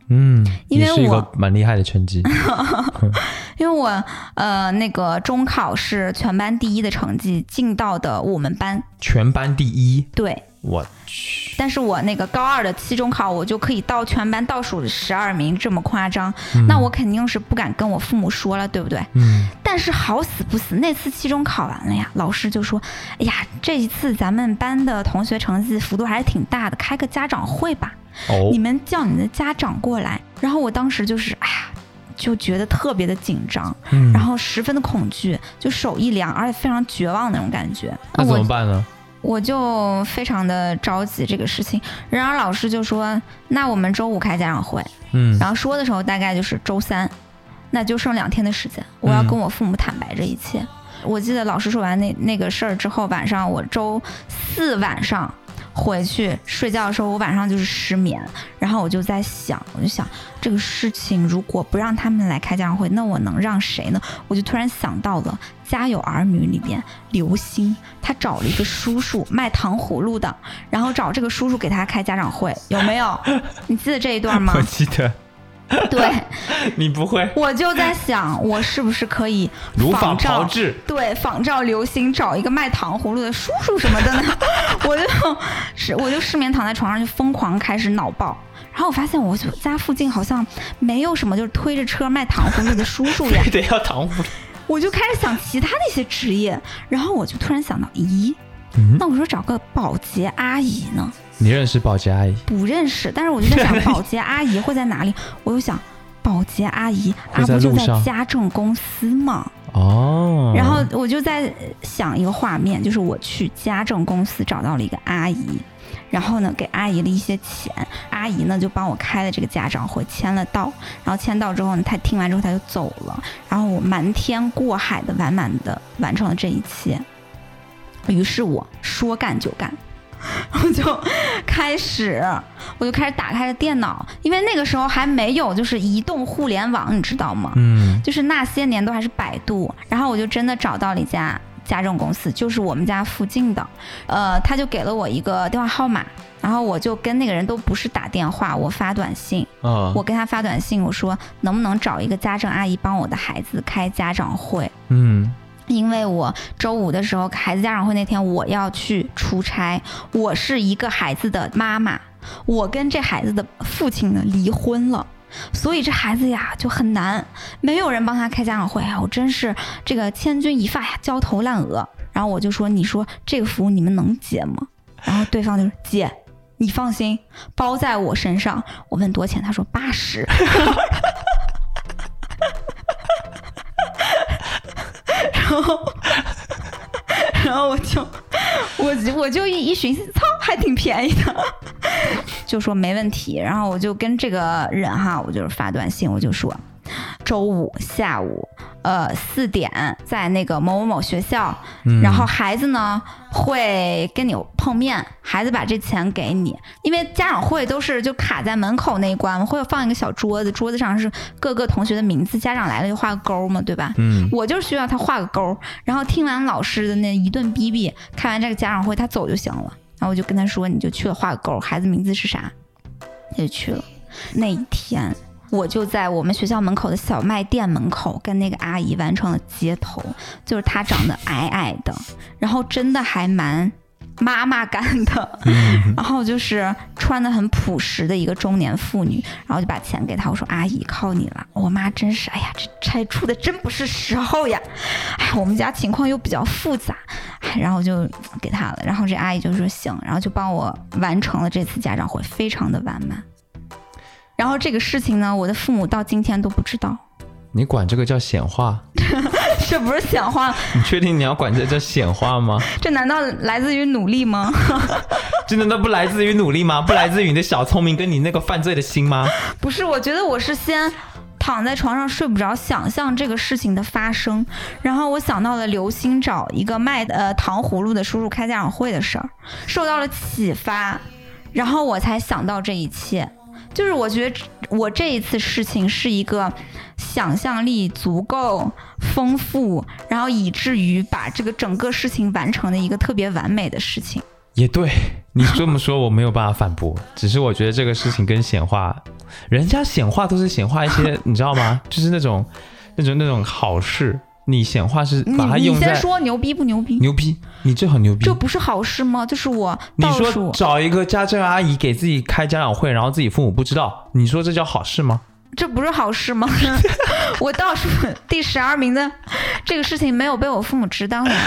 嗯， 因为我也是一个蛮厉害的成绩。 因为我呃那个中考是全班第一的成绩进到的我们班， 全班第一。 对， 我去。 但是我那个高二的期中考，我就可以到全班倒数十二名，这么夸张、嗯，那我肯定是不敢跟我父母说了，对不对？ 嗯。但是好死不死，那次期中考完了呀，老师就说：“哎呀，这一次咱们班的同学成绩幅度还是挺大的，开个家长会吧。哦，你们叫你的家长过来。”然后我当时就是，哎呀。就觉得特别的紧张、嗯，然后十分的恐惧，就手一凉，而且非常绝望那种感觉。 那怎么办呢？ 我, 我就非常的着急这个事情。然而老师就说：“那我们周五开家长会。”嗯，然后说的时候大概就是周三，那就剩两天的时间，我要跟我父母坦白这一切。嗯、我记得老师说完那那个事儿之后，晚上我周四晚上。回去睡觉的时候，我晚上就是失眠，然后我就在想，我就想这个事情如果不让他们来开家长会，那我能让谁呢？我就突然想到了《家有儿女》里边刘星，他找了一个叔叔卖糖葫芦的，然后找这个叔叔给他开家长会，有没有？你记得这一段吗？ 我记得。 对， 你不会， 我就在想，我是不是可以如法炮制？ 对，仿照刘星找一个卖糖葫芦的叔叔什么的呢？我就是我就失眠躺在床上就疯狂开始脑爆，然后我发现我家附近好像没有什么就是推着车卖糖葫芦的叔叔呀， 非得要糖葫芦。 我就开始想其他的一些职业，然后我就突然想到，咦，嗯、那我说找个保洁阿姨呢？ 你认识保洁阿姨？ 不认识，但是我就在想保洁阿姨会在哪里？我又想保洁阿姨啊，不就在家政公司吗？ 哦， 然后我就在想一个画面，就是我去家政公司找到了一个阿姨，然后呢给阿姨了一些钱，阿姨呢就帮我开了这个家长会，签了到，然后签到之后呢，她听完之后她就走了，然后我瞒天过海的完满的完成了这一切，于是我说干就干。我就开始，我就开始打开了电脑，因为那个时候还没有就是移动互联网，你知道吗？嗯，就是那些年都还是百度，然后我就真的找到了一家家政公司，就是我们家附近的，呃，他就给了我一个电话号码，然后我就跟那个人都不是打电话，我发短信，哦、我跟他发短信，我说能不能找一个家政阿姨帮我的孩子开家长会？嗯。因为我周五的时候孩子家长会那天我要去出差，我是一个孩子的妈妈，我跟这孩子的父亲呢离婚了，所以这孩子呀就很难，没有人帮他开家长会啊，我真是这个千钧一发呀，焦头烂额。然后我就说，你说这个服务你们能接吗？然后对方就说姐，你放心，包在我身上。我问多少钱，他说八十。然后，然后我就，我我就一一寻思，操，还挺便宜的，就说没问题。然后我就跟这个人哈，我就是发短信，我就说，周五下午，呃四点在那个某某某学校，嗯、然后孩子呢会跟你碰面，孩子把这钱给你，因为家长会都是就卡在门口那一关，会放一个小桌子，桌子上是各个同学的名字，家长来了就画个勾嘛，对吧？嗯，我就需要他画个勾，然后听完老师的那一顿逼逼，开完这个家长会他走就行了，然后我就跟他说，你就去了画个勾，孩子名字是啥，他就去了。那一天我就在我们学校门口的小卖店门口跟那个阿姨完成了接头，就是她长得矮矮的，然后真的还蛮妈妈感的，嗯、然后就是穿得很朴实的一个中年妇女，然后就把钱给她，我说阿姨靠你了。我妈真是，哎呀，这拆出的真不是时候呀，哎，我们家情况又比较复杂，哎，然后就给她了，然后这阿姨就说行，然后就帮我完成了这次家长会，非常的完满。然后这个事情呢，我的父母到今天都不知道。 你管这个叫显化？ 这不是显化。 你确定你要管这叫显化吗？ 这难道来自于努力吗？ 这难道不来自于努力吗？不来自于你的小聪明跟你那个犯罪的心吗？ 不是，我觉得我是先躺在床上睡不着，想象这个事情的发生，然后我想到了刘星找一个卖呃糖葫芦的叔叔开家长会的事儿，受到了启发，然后我才想到这一切。就是我觉得我这一次事情是一个想象力足够丰富，然后以至于把这个整个事情完成的一个特别完美的事情。 也对， 你这么说我没有办法反驳，只是我觉得这个事情跟显化，人家显化都是显化一些你知道吗，就是那种那种那种好事，你显化是把它用在， 你先说牛逼不牛逼？ 牛逼，你这很牛逼。 这不是好事吗？就是我你说找一个家政阿姨给自己开家长会，然后自己父母不知道，你说这叫好事吗？ 这不是好事吗？我倒数第十二名的这个事情没有被我父母知道呀。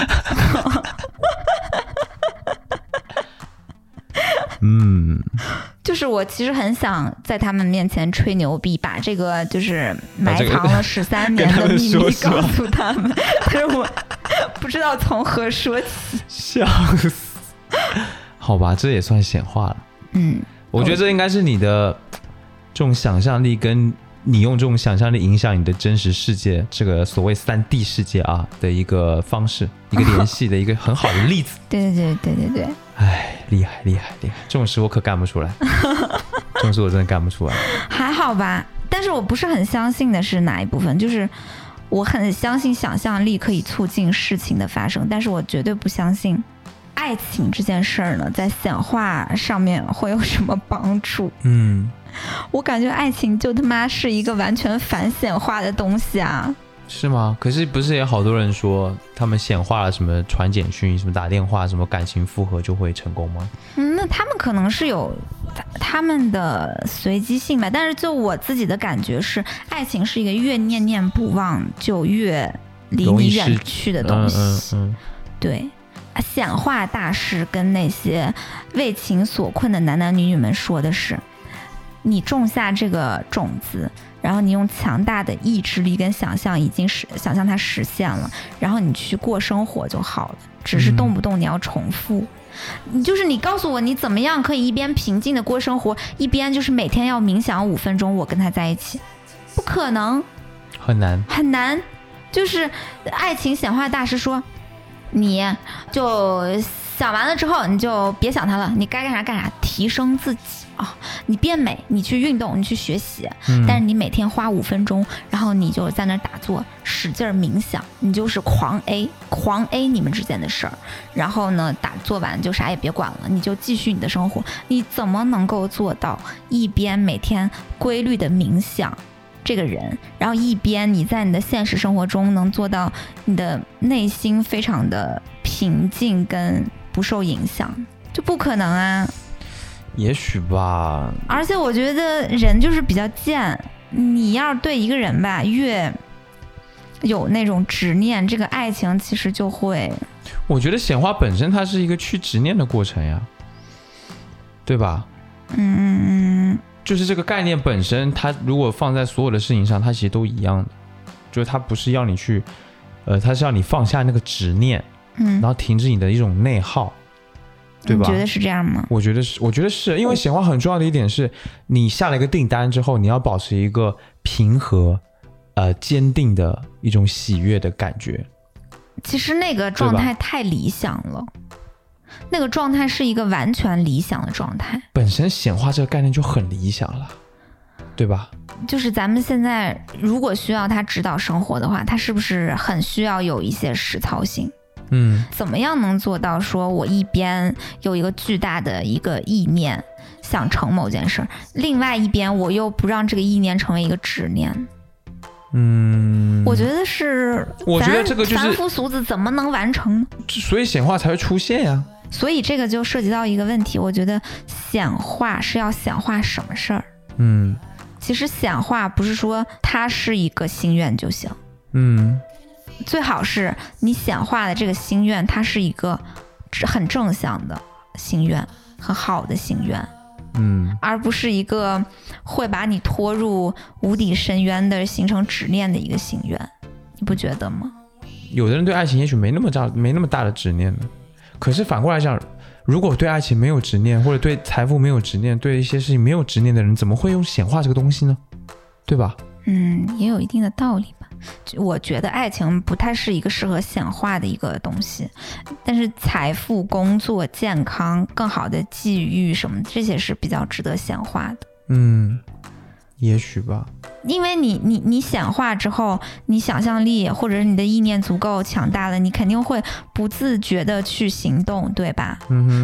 嗯， 就是我其实很想在他们面前吹牛逼，把这个就是埋藏了十三年的秘密告诉他们，但是我不知道从何说起。 笑死！好吧，这也算显化了。 嗯， 我觉得这应该是你的这种想象力，跟你用这种想象力影响你的真实世界，这个所谓三 D 世界啊的一个方式，一个联系的一个很好的例子。 对对对对对对。 哎，厉害厉害厉害！这种事我可干不出来，这种事我真的干不出来。 还好吧，但是我不是很相信的是哪一部分，就是我很相信想象力可以促进事情的发生，但是我绝对不相信爱情这件事儿呢，在显化上面会有什么帮助。 嗯， 我感觉爱情就他妈是一个完全反显化的东西啊。 是吗？可是不是也好多人说他们显化了什么传简讯、什么打电话、什么感情复合就会成功吗？ 嗯，那他们可能是有他们的随机性吧。但是就我自己的感觉是，爱情是一个越念念不忘就越离你远去的东西。嗯嗯嗯、对，显化大师跟那些为情所困的男男女女们说的是，你种下这个种子，然后你用强大的意志力跟想象已经实想象它实现了，然后你去过生活就好了，只是动不动你要重复。你、嗯、就是你告诉我你怎么样可以一边平静的过生活，一边就是每天要冥想五分钟我跟他在一起，不可能， 很难很难。就是爱情显化大师说，你就想完了之后你就别想他了，你该干啥干啥，提升自己啊、哦！你变美，你去运动，你去学习、嗯、但是你每天花五分钟，然后你就在那打坐使劲冥想，你就是狂 A 狂 A 你们之间的事儿，然后呢打坐完就啥也别管了，你就继续你的生活。你怎么能够做到一边每天规律的冥想这个人，然后一边你在你的现实生活中能做到你的内心非常的平静跟不受影响？就不可能啊。 也许吧。 而且我觉得人就是比较贱，你要是对一个人吧越有那种执念，这个爱情其实就会， 我觉得显化本身它是一个去执念的过程呀，对吧？ 嗯， 就是这个概念本身，它如果放在所有的事情上，它其实都一样的，就是它不是要你去呃，它是要你放下那个执念，嗯，然后停止你的一种内耗，对吧？ 你觉得是这样吗？ 我觉得是，我觉得是因为显化很重要的一点是，你下了一个订单之后，你要保持一个平和、呃坚定的一种喜悦的感觉。 其实那个状态太理想了，那个状态是一个完全理想的状态。 本身显化这个概念就很理想了，对吧？ 就是咱们现在如果需要它指导生活的话，它是不是很需要有一些实操性？ 嗯， 怎么样能做到说我一边有一个巨大的一个意念想成某件事，另外一边我又不让这个意念成为一个执念？ 嗯， 我觉得是， 我觉得这个就是凡夫俗子怎么能完成呢？ 所以显化才会出现呀。 所以这个就涉及到一个问题，我觉得显化是要显化什么事儿？ 嗯， 其实显化不是说它是一个心愿就行， 嗯， 最好是你显化的这个心愿，它是一个很正向的心愿，很好的心愿， 嗯，而不是一个会把你拖入无底深渊的形成执念的一个心愿，你不觉得吗？ 有的人对爱情也许没那么大没那么大的执念呢，可是反过来讲，如果对爱情没有执念，或者对财富没有执念，对一些事情没有执念的人，怎么会用显化这个东西呢？对吧？ 嗯，也有一定的道理吧。我觉得爱情不太是一个适合显化的一个东西，但是财富、工作、健康、更好的际遇什么，这些是比较值得显化的。 嗯，也许吧。 因为你你你显化之后，你想象力或者你的意念足够强大了，你肯定会不自觉的去行动，对吧？ 嗯哼。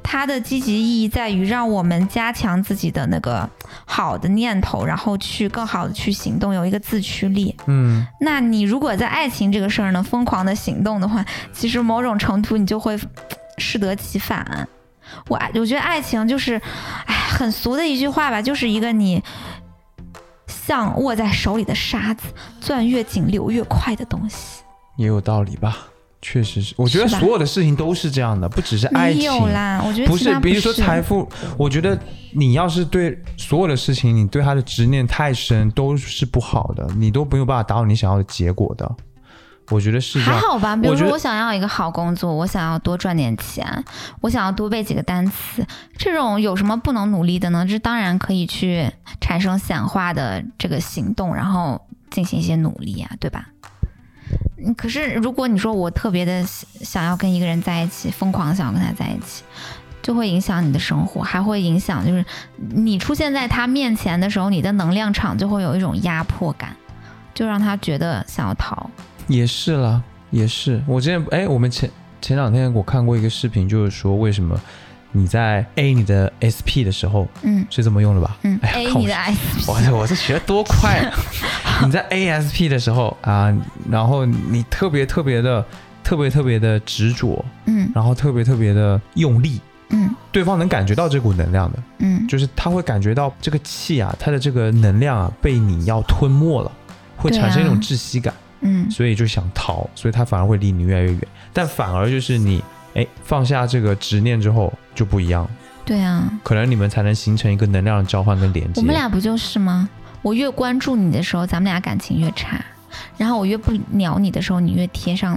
它的积极意义在于让我们加强自己的那个好的念头，然后去更好的去行动，有一个自驱力。 嗯， 那你如果在爱情这个事儿呢疯狂的行动的话，其实某种程度你就会适得其反。我我觉得爱情就是，哎，很俗的一句话吧，就是一个你像握在手里的沙子，攥越紧流越快的东西。 也有道理吧，确实是。我觉得所有的事情都是这样的，不只是爱情。 没有啦，我觉得不是，比如说财富，我觉得你要是对所有的事情，你对他的执念太深，都是不好的，你都没有办法达到你想要的结果的。我觉得是这样， 还好吧。比如说我想要一个好工作，我想要多赚点钱，我想要多背几个单词，这种有什么不能努力的呢？这当然可以去产生显化的这个行动，然后进行一些努力啊，对吧？可是如果你说我特别的想要跟一个人在一起，疯狂想要跟他在一起，就会影响你的生活，还会影响就是你出现在他面前的时候，你的能量场就会有一种压迫感，就让他觉得想要逃。 也是啦，也是。我之前哎，我们前前两天我看过一个视频，就是说为什么你在 A 你的 S P 的时候， 嗯， 是这么用的吧？ 嗯， 哎 A 你的 S P， 我我是学多快啊！你在 A S P 的时候啊，然后你特别特别的、特别特别的执着， 嗯， 然后特别特别的用力， 嗯， 对方能感觉到这股能量的， 嗯， 就是他会感觉到这个气啊，它的这个能量啊被你要吞没了，会产生一种窒息感。 嗯， 所以就想逃，所以他反而会离你越来越远。但反而就是你，哎，放下这个执念之后就不一样。 对啊， 可能你们才能形成一个能量的交换跟连接。 我们俩不就是吗？我越关注你的时候，咱们俩感情越差；然后我越不鸟你的时候，你越贴上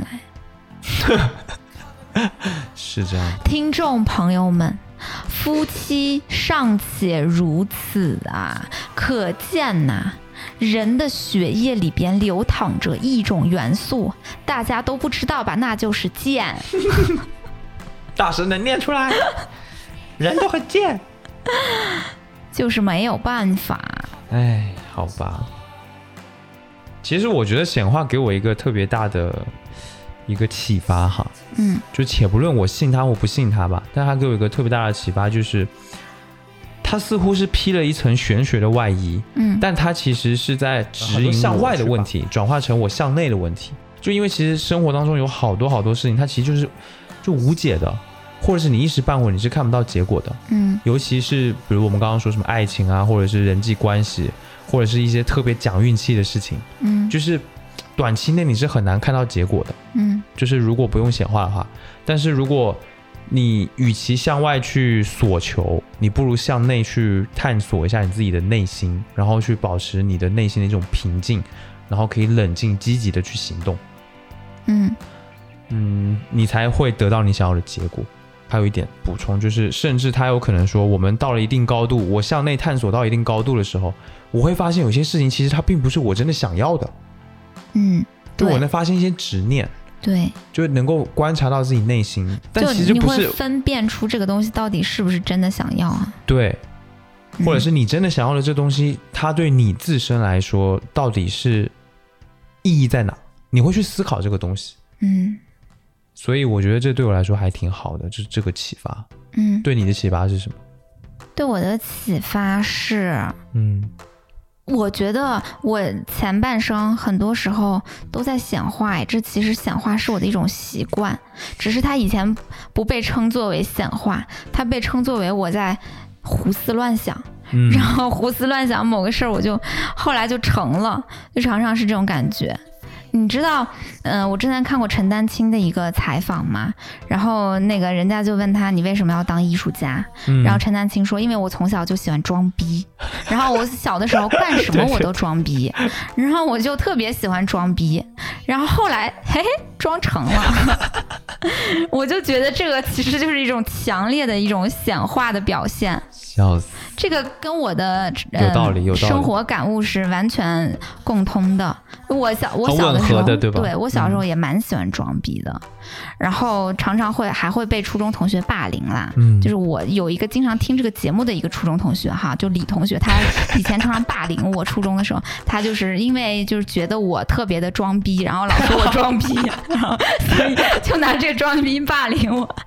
来。是这样。 听众朋友们，夫妻尚且如此啊，可见呐、啊。人的血液里边流淌着一种元素，大家都不知道吧？那就是贱。 大声的念出来，人都很贱， 就是没有办法。 哎，好吧。其实我觉得显化给我一个特别大的一个启发哈， 嗯， 就且不论我信他或不信他吧，但他给我一个特别大的启发，就是他似乎是披了一层玄学的外衣， 嗯， 但他其实是在指引向外的问题转化成我向内的问题。就因为其实生活当中有好多好多事情，它其实就是就无解的，或者是你一时半会你是看不到结果的， 嗯， 尤其是比如我们刚刚说什么爱情啊，或者是人际关系，或者是一些特别讲运气的事情， 嗯， 就是短期内你是很难看到结果的， 嗯， 就是如果不用显化的话，但是如果你与其向外去索求，你不如向内去探索一下你自己的内心，然后去保持你的内心的一种平静，然后可以冷静积极的去行动， 嗯嗯，你才会得到你想要的结果。还有一点补充，就是甚至他有可能说，我们到了一定高度，我向内探索到一定高度的时候，我会发现有些事情其实它并不是我真的想要的， 嗯， 就我能发现一些执念， 对， 就能够观察到自己内心，但其实不是你会分辨出这个东西到底是不是真的想要啊？ 对，或者是你真的想要的这东西，它对你自身来说到底是意义在哪？你会去思考这个东西， 嗯， 所以我觉得这对我来说还挺好的，就是这个启发。 嗯， 对你的启发是什么？ 对我的启发是， 嗯。 我觉得我前半生很多时候都在显化，这其实显化是我的一种习惯，只是它以前不被称作为显化，它被称作为我在胡思乱想， 嗯、 然后胡思乱想某个事儿，我就后来就成了，就常常是这种感觉。你知道，嗯、呃，我之前看过陈丹青的一个采访嘛，然后那个人家就问他，你为什么要当艺术家？ 嗯、 然后陈丹青说，因为我从小就喜欢装逼，然后我小的时候干什么我都装逼，对对，然后我就特别喜欢装逼，然后后来嘿嘿装成了，我就觉得这个其实就是一种强烈的一种显化的表现。 笑死！ 这个跟我的、 呃、有道理，有道理， 生活感悟是完全共通的。我小我小的时候， 的对吧？ 对，我小时候也蛮喜欢装逼的，嗯、然后常常会还会被初中同学霸凌啦。 嗯， 就是我有一个经常听这个节目的一个初中同学哈，就李同学，他以前常常霸凌我。初中的时候，他就是因为就是觉得我特别的装逼，然后老说我装逼，然后所以就拿这个装逼霸凌我。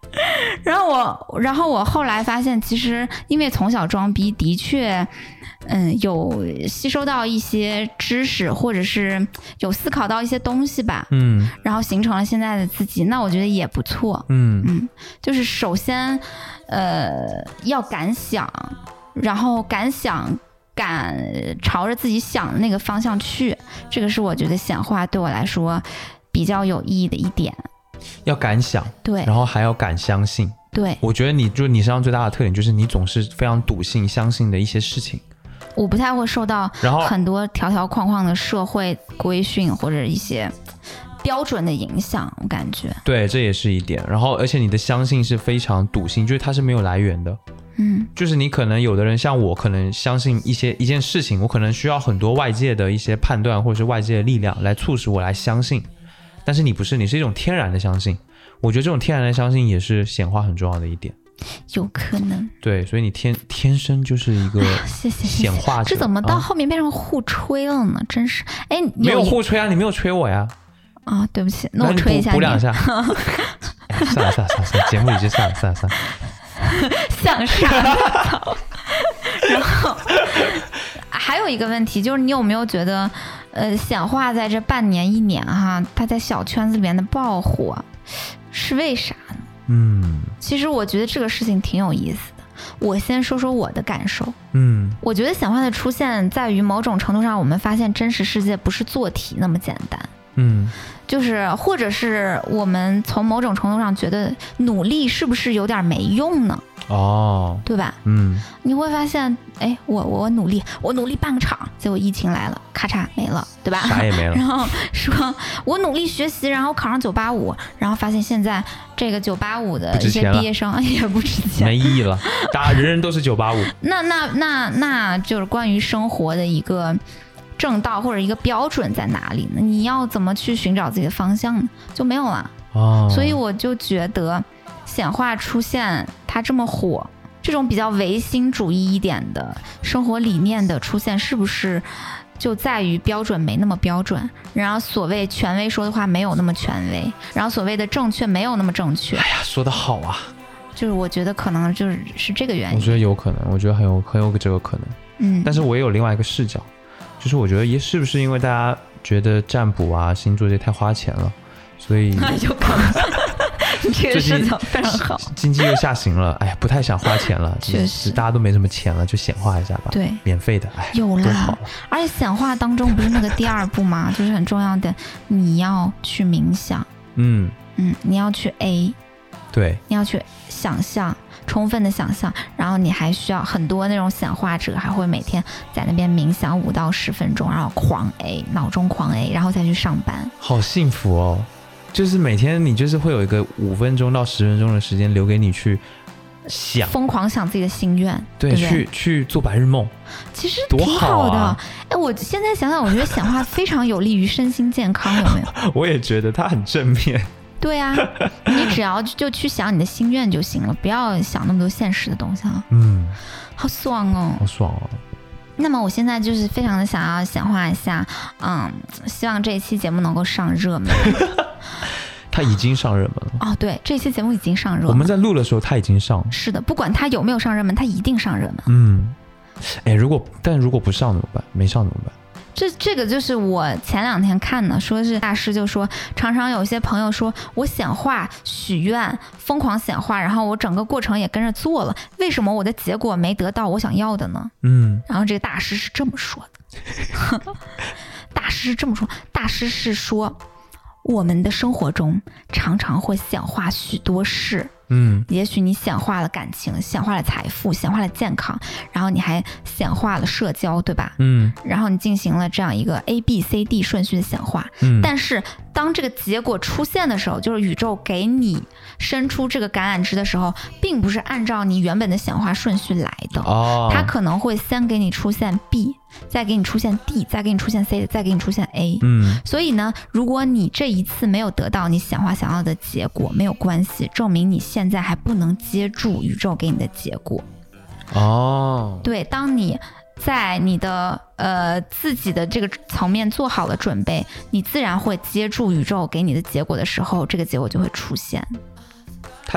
然后我，然后我后来发现，其实因为从小装逼，的确，嗯，有吸收到一些知识，或者是有思考到一些东西吧， 嗯， 然后形成了现在的自己，那我觉得也不错， 嗯嗯，就是首先，呃，要敢想，然后敢想。敢朝着自己想的那个方向去，这个是我觉得显化对我来说比较有意义的一点。 要敢想， 对， 然后还要敢相信。 对， 我觉得你就你身上最大的特点就是你总是非常笃信、相信的一些事情。 我不太会受到很多条条框框的社会规训或者一些标准的影响，我感觉。 对，这也是一点。然后，而且你的相信是非常笃信，就是它是没有来源的。 嗯， 就是你可能有的人像我，可能相信一些一件事情，我可能需要很多外界的一些判断或者是外界的力量来促使我来相信。但是你不是，你是一种天然的相信。我觉得这种天然的相信也是显化很重要的一点。 有可能。 对，所以你天天生就是一个显化者。 这怎么到后面变成互吹了呢？啊、真是，哎， 没有互吹啊，你没有吹我呀。 啊、哦，对不起，那我吹一下你。 补两下。哎、算了算了算了算了，节目里就算了算了算了。 像啥？然后还有一个问题就是，你有没有觉得，呃，显化在这半年一年哈，它在小圈子里面的爆火是为啥呢？ 嗯， 其实我觉得这个事情挺有意思的。我先说说我的感受。 嗯， 我觉得显化的出现在于某种程度上，我们发现真实世界不是做题那么简单。 嗯。 就是或者是我们从某种程度上觉得努力是不是有点没用呢？ 哦， 对吧？ 嗯， 你会发现，哎，我我努力，我努力办个场，结果疫情来了，咔嚓没了，对吧？ 啥也没了。 然后说我努力学习，然后考上九八五，然后发现现在这个九八五的一些毕业生也不值钱， 没意义了，大家人人都是九八五。 那那那那就是关于生活的一个正道或者一个标准在哪里呢？你要怎么去寻找自己的方向呢？就没有了。 哦， 所以我就觉得显化出现它这么火，这种比较唯心主义一点的生活理念的出现，是不是就在于标准没那么标准，然后所谓权威说的话没有那么权威，然后所谓的正确没有那么正确。 哎呀，说得好啊！ 就是我觉得可能就是是这个原因。 我觉得有可能，我觉得很有很有这个可能。 嗯， 但是我也有另外一个视角。就是我觉得也是不是因为大家觉得占卜啊星座这太花钱了，所以有可能这个视角非常好。 经济又下行了，哎呀不太想花钱了， 确实大家都没什么钱了，就显化一下吧。 对， 免费的，哎， 有啦。而且显化当中不是那个第二步吗？就是很重要的，你要去冥想。 嗯嗯，你要去 A。 对， 你要去想象，充分的想象，然后你还需要很多那种显化者还会每天在那边冥想五到十分钟，然后狂 A， 脑中狂 A， 然后再去上班。 好幸福哦！就是每天你就是会有一个五分钟到十分钟的时间留给你去想， 疯狂想自己的心愿， 对， 对对去去做白日梦， 其实挺好的。哎、啊，我现在想想，我觉得显化非常有利于身心健康，有没有？ 我也觉得它很正面。 对啊，你只要就去想你的心愿就行了，不要想那么多现实的东西了。 嗯， 好爽哦， 好爽哦。 那么我现在就是非常的想要显化一下，嗯，希望这一期节目能够上热门。 它已经上热门了。 哦，对，这期节目已经上热门。 我们在录的时候它已经上了。 是的，不管它有没有上热门，它一定上热门。 嗯，哎，如果但如果不上怎么办？没上怎么办？ 这这个就是我前两天看的，说是大师就说，常常有些朋友说我显化许愿，疯狂显化，然后我整个过程也跟着做了，为什么我的结果没得到我想要的呢？ 嗯， 然后这个大师是这么说的，大师是这么说，大师是说，我们的生活中常常会显化许多事。 嗯， 也许你显化了感情，显化了财富，显化了健康，然后你还显化了社交，对吧？ 嗯， 然后你进行了这样一个 A B C D 顺序的显化。 嗯， 但是当这个结果出现的时候，就是宇宙给你伸出这个橄榄枝的时候，并不是按照你原本的显化顺序来的。 哦， 它可能会先给你出现 B， 再给你出现 D， 再给你出现 C， 再给你出现 A。 嗯， 所以呢，如果你这一次没有得到你显化想要的结果，没有关系，证明你现在还不能接住宇宙给你的结果。 哦， 对，当你在你的呃自己的这个层面做好了准备，你自然会接住宇宙给你的结果的时候，这个结果就会出现。 它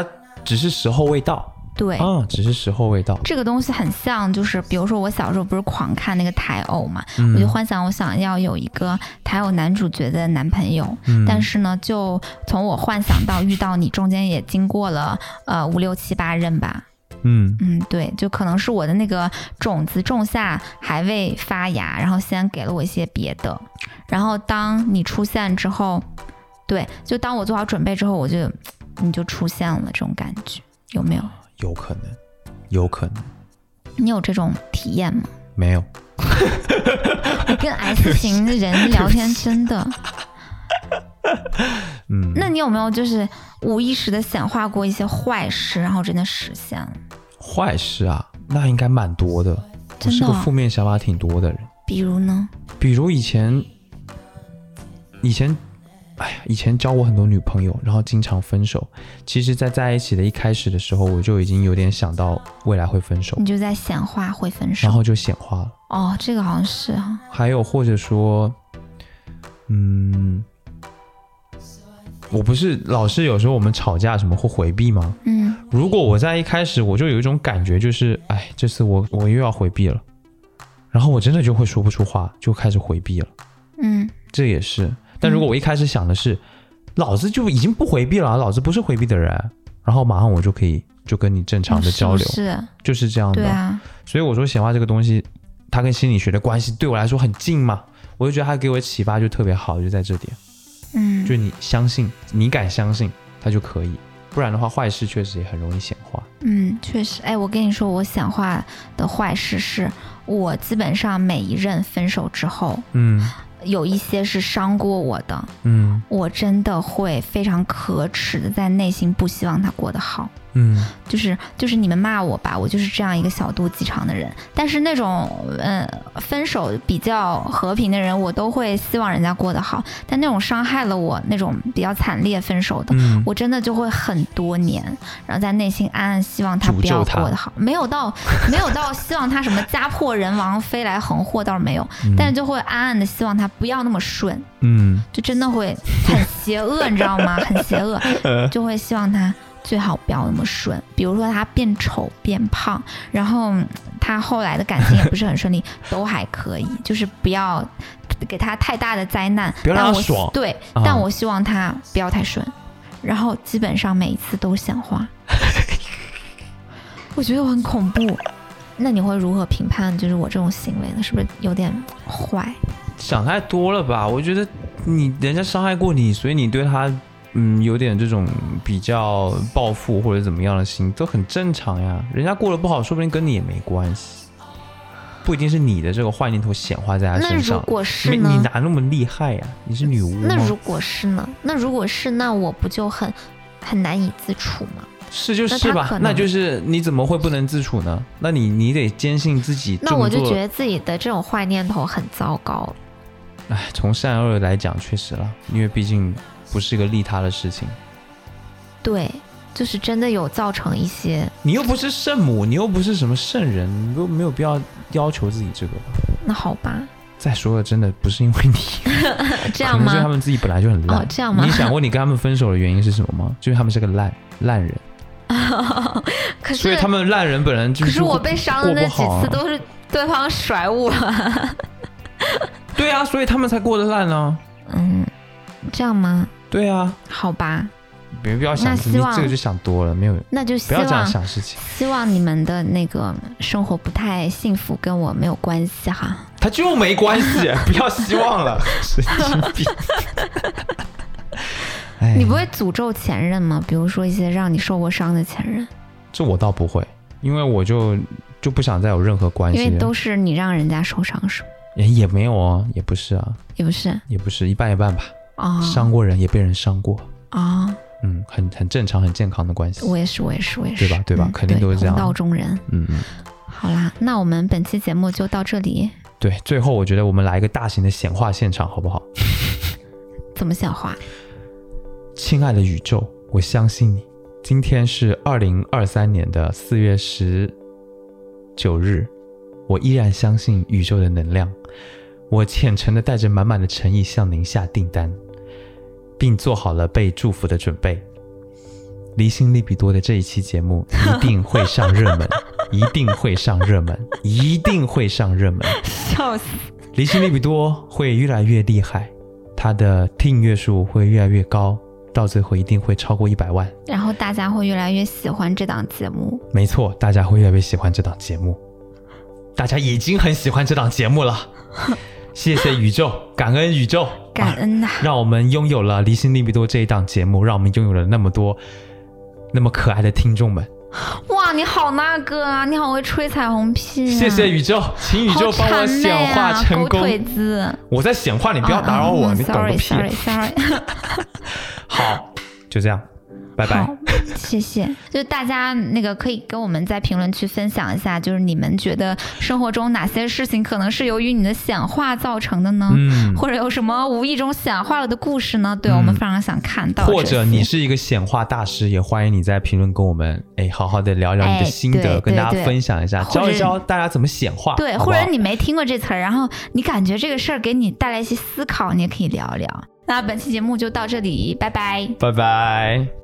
只是时候未到。 对啊，只是时候未到。 这个东西很像，就是比如说我小时候不是狂看那个台偶嘛、嗯、我就幻想我想要有一个台偶男主角的男朋友、嗯、但是呢就从我幻想到遇到你中间也经过了呃五六七八任吧。 嗯嗯，对，就可能是我的那个种子种下还未发芽，然后先给了我一些别的，然后当你出现之后，对，就当我做好准备之后，我就你就出现了，这种感觉有没有？ 有可能，有可能。 你有这种体验吗？ 没有。 我跟 S 型的人聊天真的， 嗯， 那你有没有就是无意识的显化过一些坏事，然后真的实现了？ 坏事啊，那应该蛮多的。我是个负面想法挺多的人。 比如呢？ 比如以前，以前。哎呀，以前交过很多女朋友，然后经常分手。其实在在一起的一开始的时候，我就已经有点想到未来会分手。 你就在显化会分手， 然后就显化了。 哦，这个好像是啊。 还有或者说，嗯，我不是老是有时候我们吵架什么会回避吗？ 嗯。 如果我在一开始我就有一种感觉，就是哎，这次我我又要回避了，然后我真的就会说不出话，就开始回避了。 嗯， 这也是。但如果我一开始想的是、嗯、老子就已经不回避了，老子不是回避的人，然后马上我就可以就跟你正常的交流， 是就是这样的。 对啊， 所以我说显化这个东西它跟心理学的关系对我来说很近嘛，我就觉得它给我启发就特别好，就在这点。 嗯， 就你相信，你敢相信它就可以，不然的话坏事确实也很容易显化。 嗯，确实。哎，我跟你说，我显化的坏事是我基本上每一任分手之后， 嗯， 有一些是伤过我的， 嗯，我真的会非常可耻的在内心不希望他过得好。 嗯， 就是就是你们骂我吧，我就是这样一个小肚鸡肠的人。但是那种嗯分手比较和平的人，我都会希望人家过得好。但那种伤害了我那种比较惨烈分手的、嗯，我真的就会很多年，然后在内心暗暗希望他不要过得好。没有到没有到希望他什么家破人亡、飞来横祸倒是没有、嗯，但是就会暗暗的希望他不要那么顺。 嗯， 就真的会很邪恶，你知道吗？很邪恶，就会希望他最好不要那么顺。比如说他变丑变胖，然后他后来的感情也不是很顺利都还可以，就是不要给他太大的灾难， 不要让他爽。 对、啊、但我希望他不要太顺，然后基本上每一次都显化。我觉得我很恐怖。那你会如何评判就是我这种行为呢？是不是有点坏？ 想太多了吧，我觉得你人家伤害过你，所以你对他嗯有点这种比较报复或者怎么样的心都很正常呀。人家过得不好说不定跟你也没关系，不一定是你的这个坏念头显化在他身上。 那如果是呢？ 你哪那么厉害呀？你是女巫吗？ 那如果是呢？那如果是那我不就很很难以自处吗？ 是就是吧， 那, 那就是你怎么会不能自处呢？那你你得坚信自己这么做。 那我就觉得自己的这种坏念头很糟糕。 哎，从善恶来讲确实了，因为毕竟不是一个利他的事情。 对，就是真的有造成一些。 你又不是圣母，你又不是什么圣人，你都没有必要要求自己这个。 那好吧。 再说了，真的不是因为你这样吗？ 可能是他们自己本来就很烂。 哦，这样吗？ 你想过你跟他们分手的原因是什么吗？就是他们是个烂烂人。 可是， 所以他们烂人本人就是、啊。可是我被伤的那几次都是对方甩我。 对啊，所以他们才过得烂啊。 嗯，这样吗？ 对啊。 好吧。 别不要想，你这个就想多了，没有。 那就希望不要这样想事情。 希望你们的那个生活不太幸福，跟我没有关系哈。 他就没关系，不要希望了，神经病。 你不会诅咒前任吗？比如说一些让你受过伤的前任。 这我倒不会，因为我就就不想再有任何关系。 因为都是你让人家受伤是吗？ 也也没有啊，也不是啊， 也不是， 也不是，一半一半吧。 哦， 伤过人也被人伤过。 哦， 嗯，很很正常，很健康的关系。 我也是，我也是，我也是， 对吧？对吧？嗯、肯定都是这样。 同道中人。 嗯嗯。 好啦，那我们本期节目就到这里。 对，最后我觉得我们来一个大型的显化现场，好不好？ 怎么显化？ 亲爱的宇宙，我相信你。今天是二零二三年的四月十九日，我依然相信宇宙的能量。我虔诚的带着满满的诚意向您下订单，并做好了被祝福的准备。 离心利比多的这一期节目一定会上热门一定会上热门一定会上热门笑死， 离心利比多会越来越厉害，它的订阅数会越来越高，到最后一定会超过一百万， 然后大家会越来越喜欢这档节目。 没错，大家会越来越喜欢这档节目，大家已经很喜欢这档节目了谢谢宇宙，感恩宇宙， 感恩呐、啊！ 让我们拥有了离心利比多这一档节目，让我们拥有了那么多那么可爱的听众们。 哇，你好那个啊，你好会吹彩虹屁、啊！ 谢谢宇宙，请宇宙帮我显化成功。 狗腿子， 我在显化，你不要打扰我， oh, oh, 你懂个屁 sorry sorry sorry 好，就这样，拜拜。 谢谢。就大家那个可以跟我们在评论区分享一下，就是你们觉得生活中哪些事情可能是由于你的显化造成的呢？嗯，或者有什么无意中显化了的故事呢？对、嗯、我们非常想看到。 或者你是一个显化大师，也欢迎你在评论跟我们哎好好的聊聊你的心得，跟大家分享一下，教一教大家怎么显化。 对， 好不好？ 或者你没听过这词儿，然后你感觉这个事儿给你带来一些思考，你也可以聊聊。那本期节目就到这里，拜拜， 拜拜。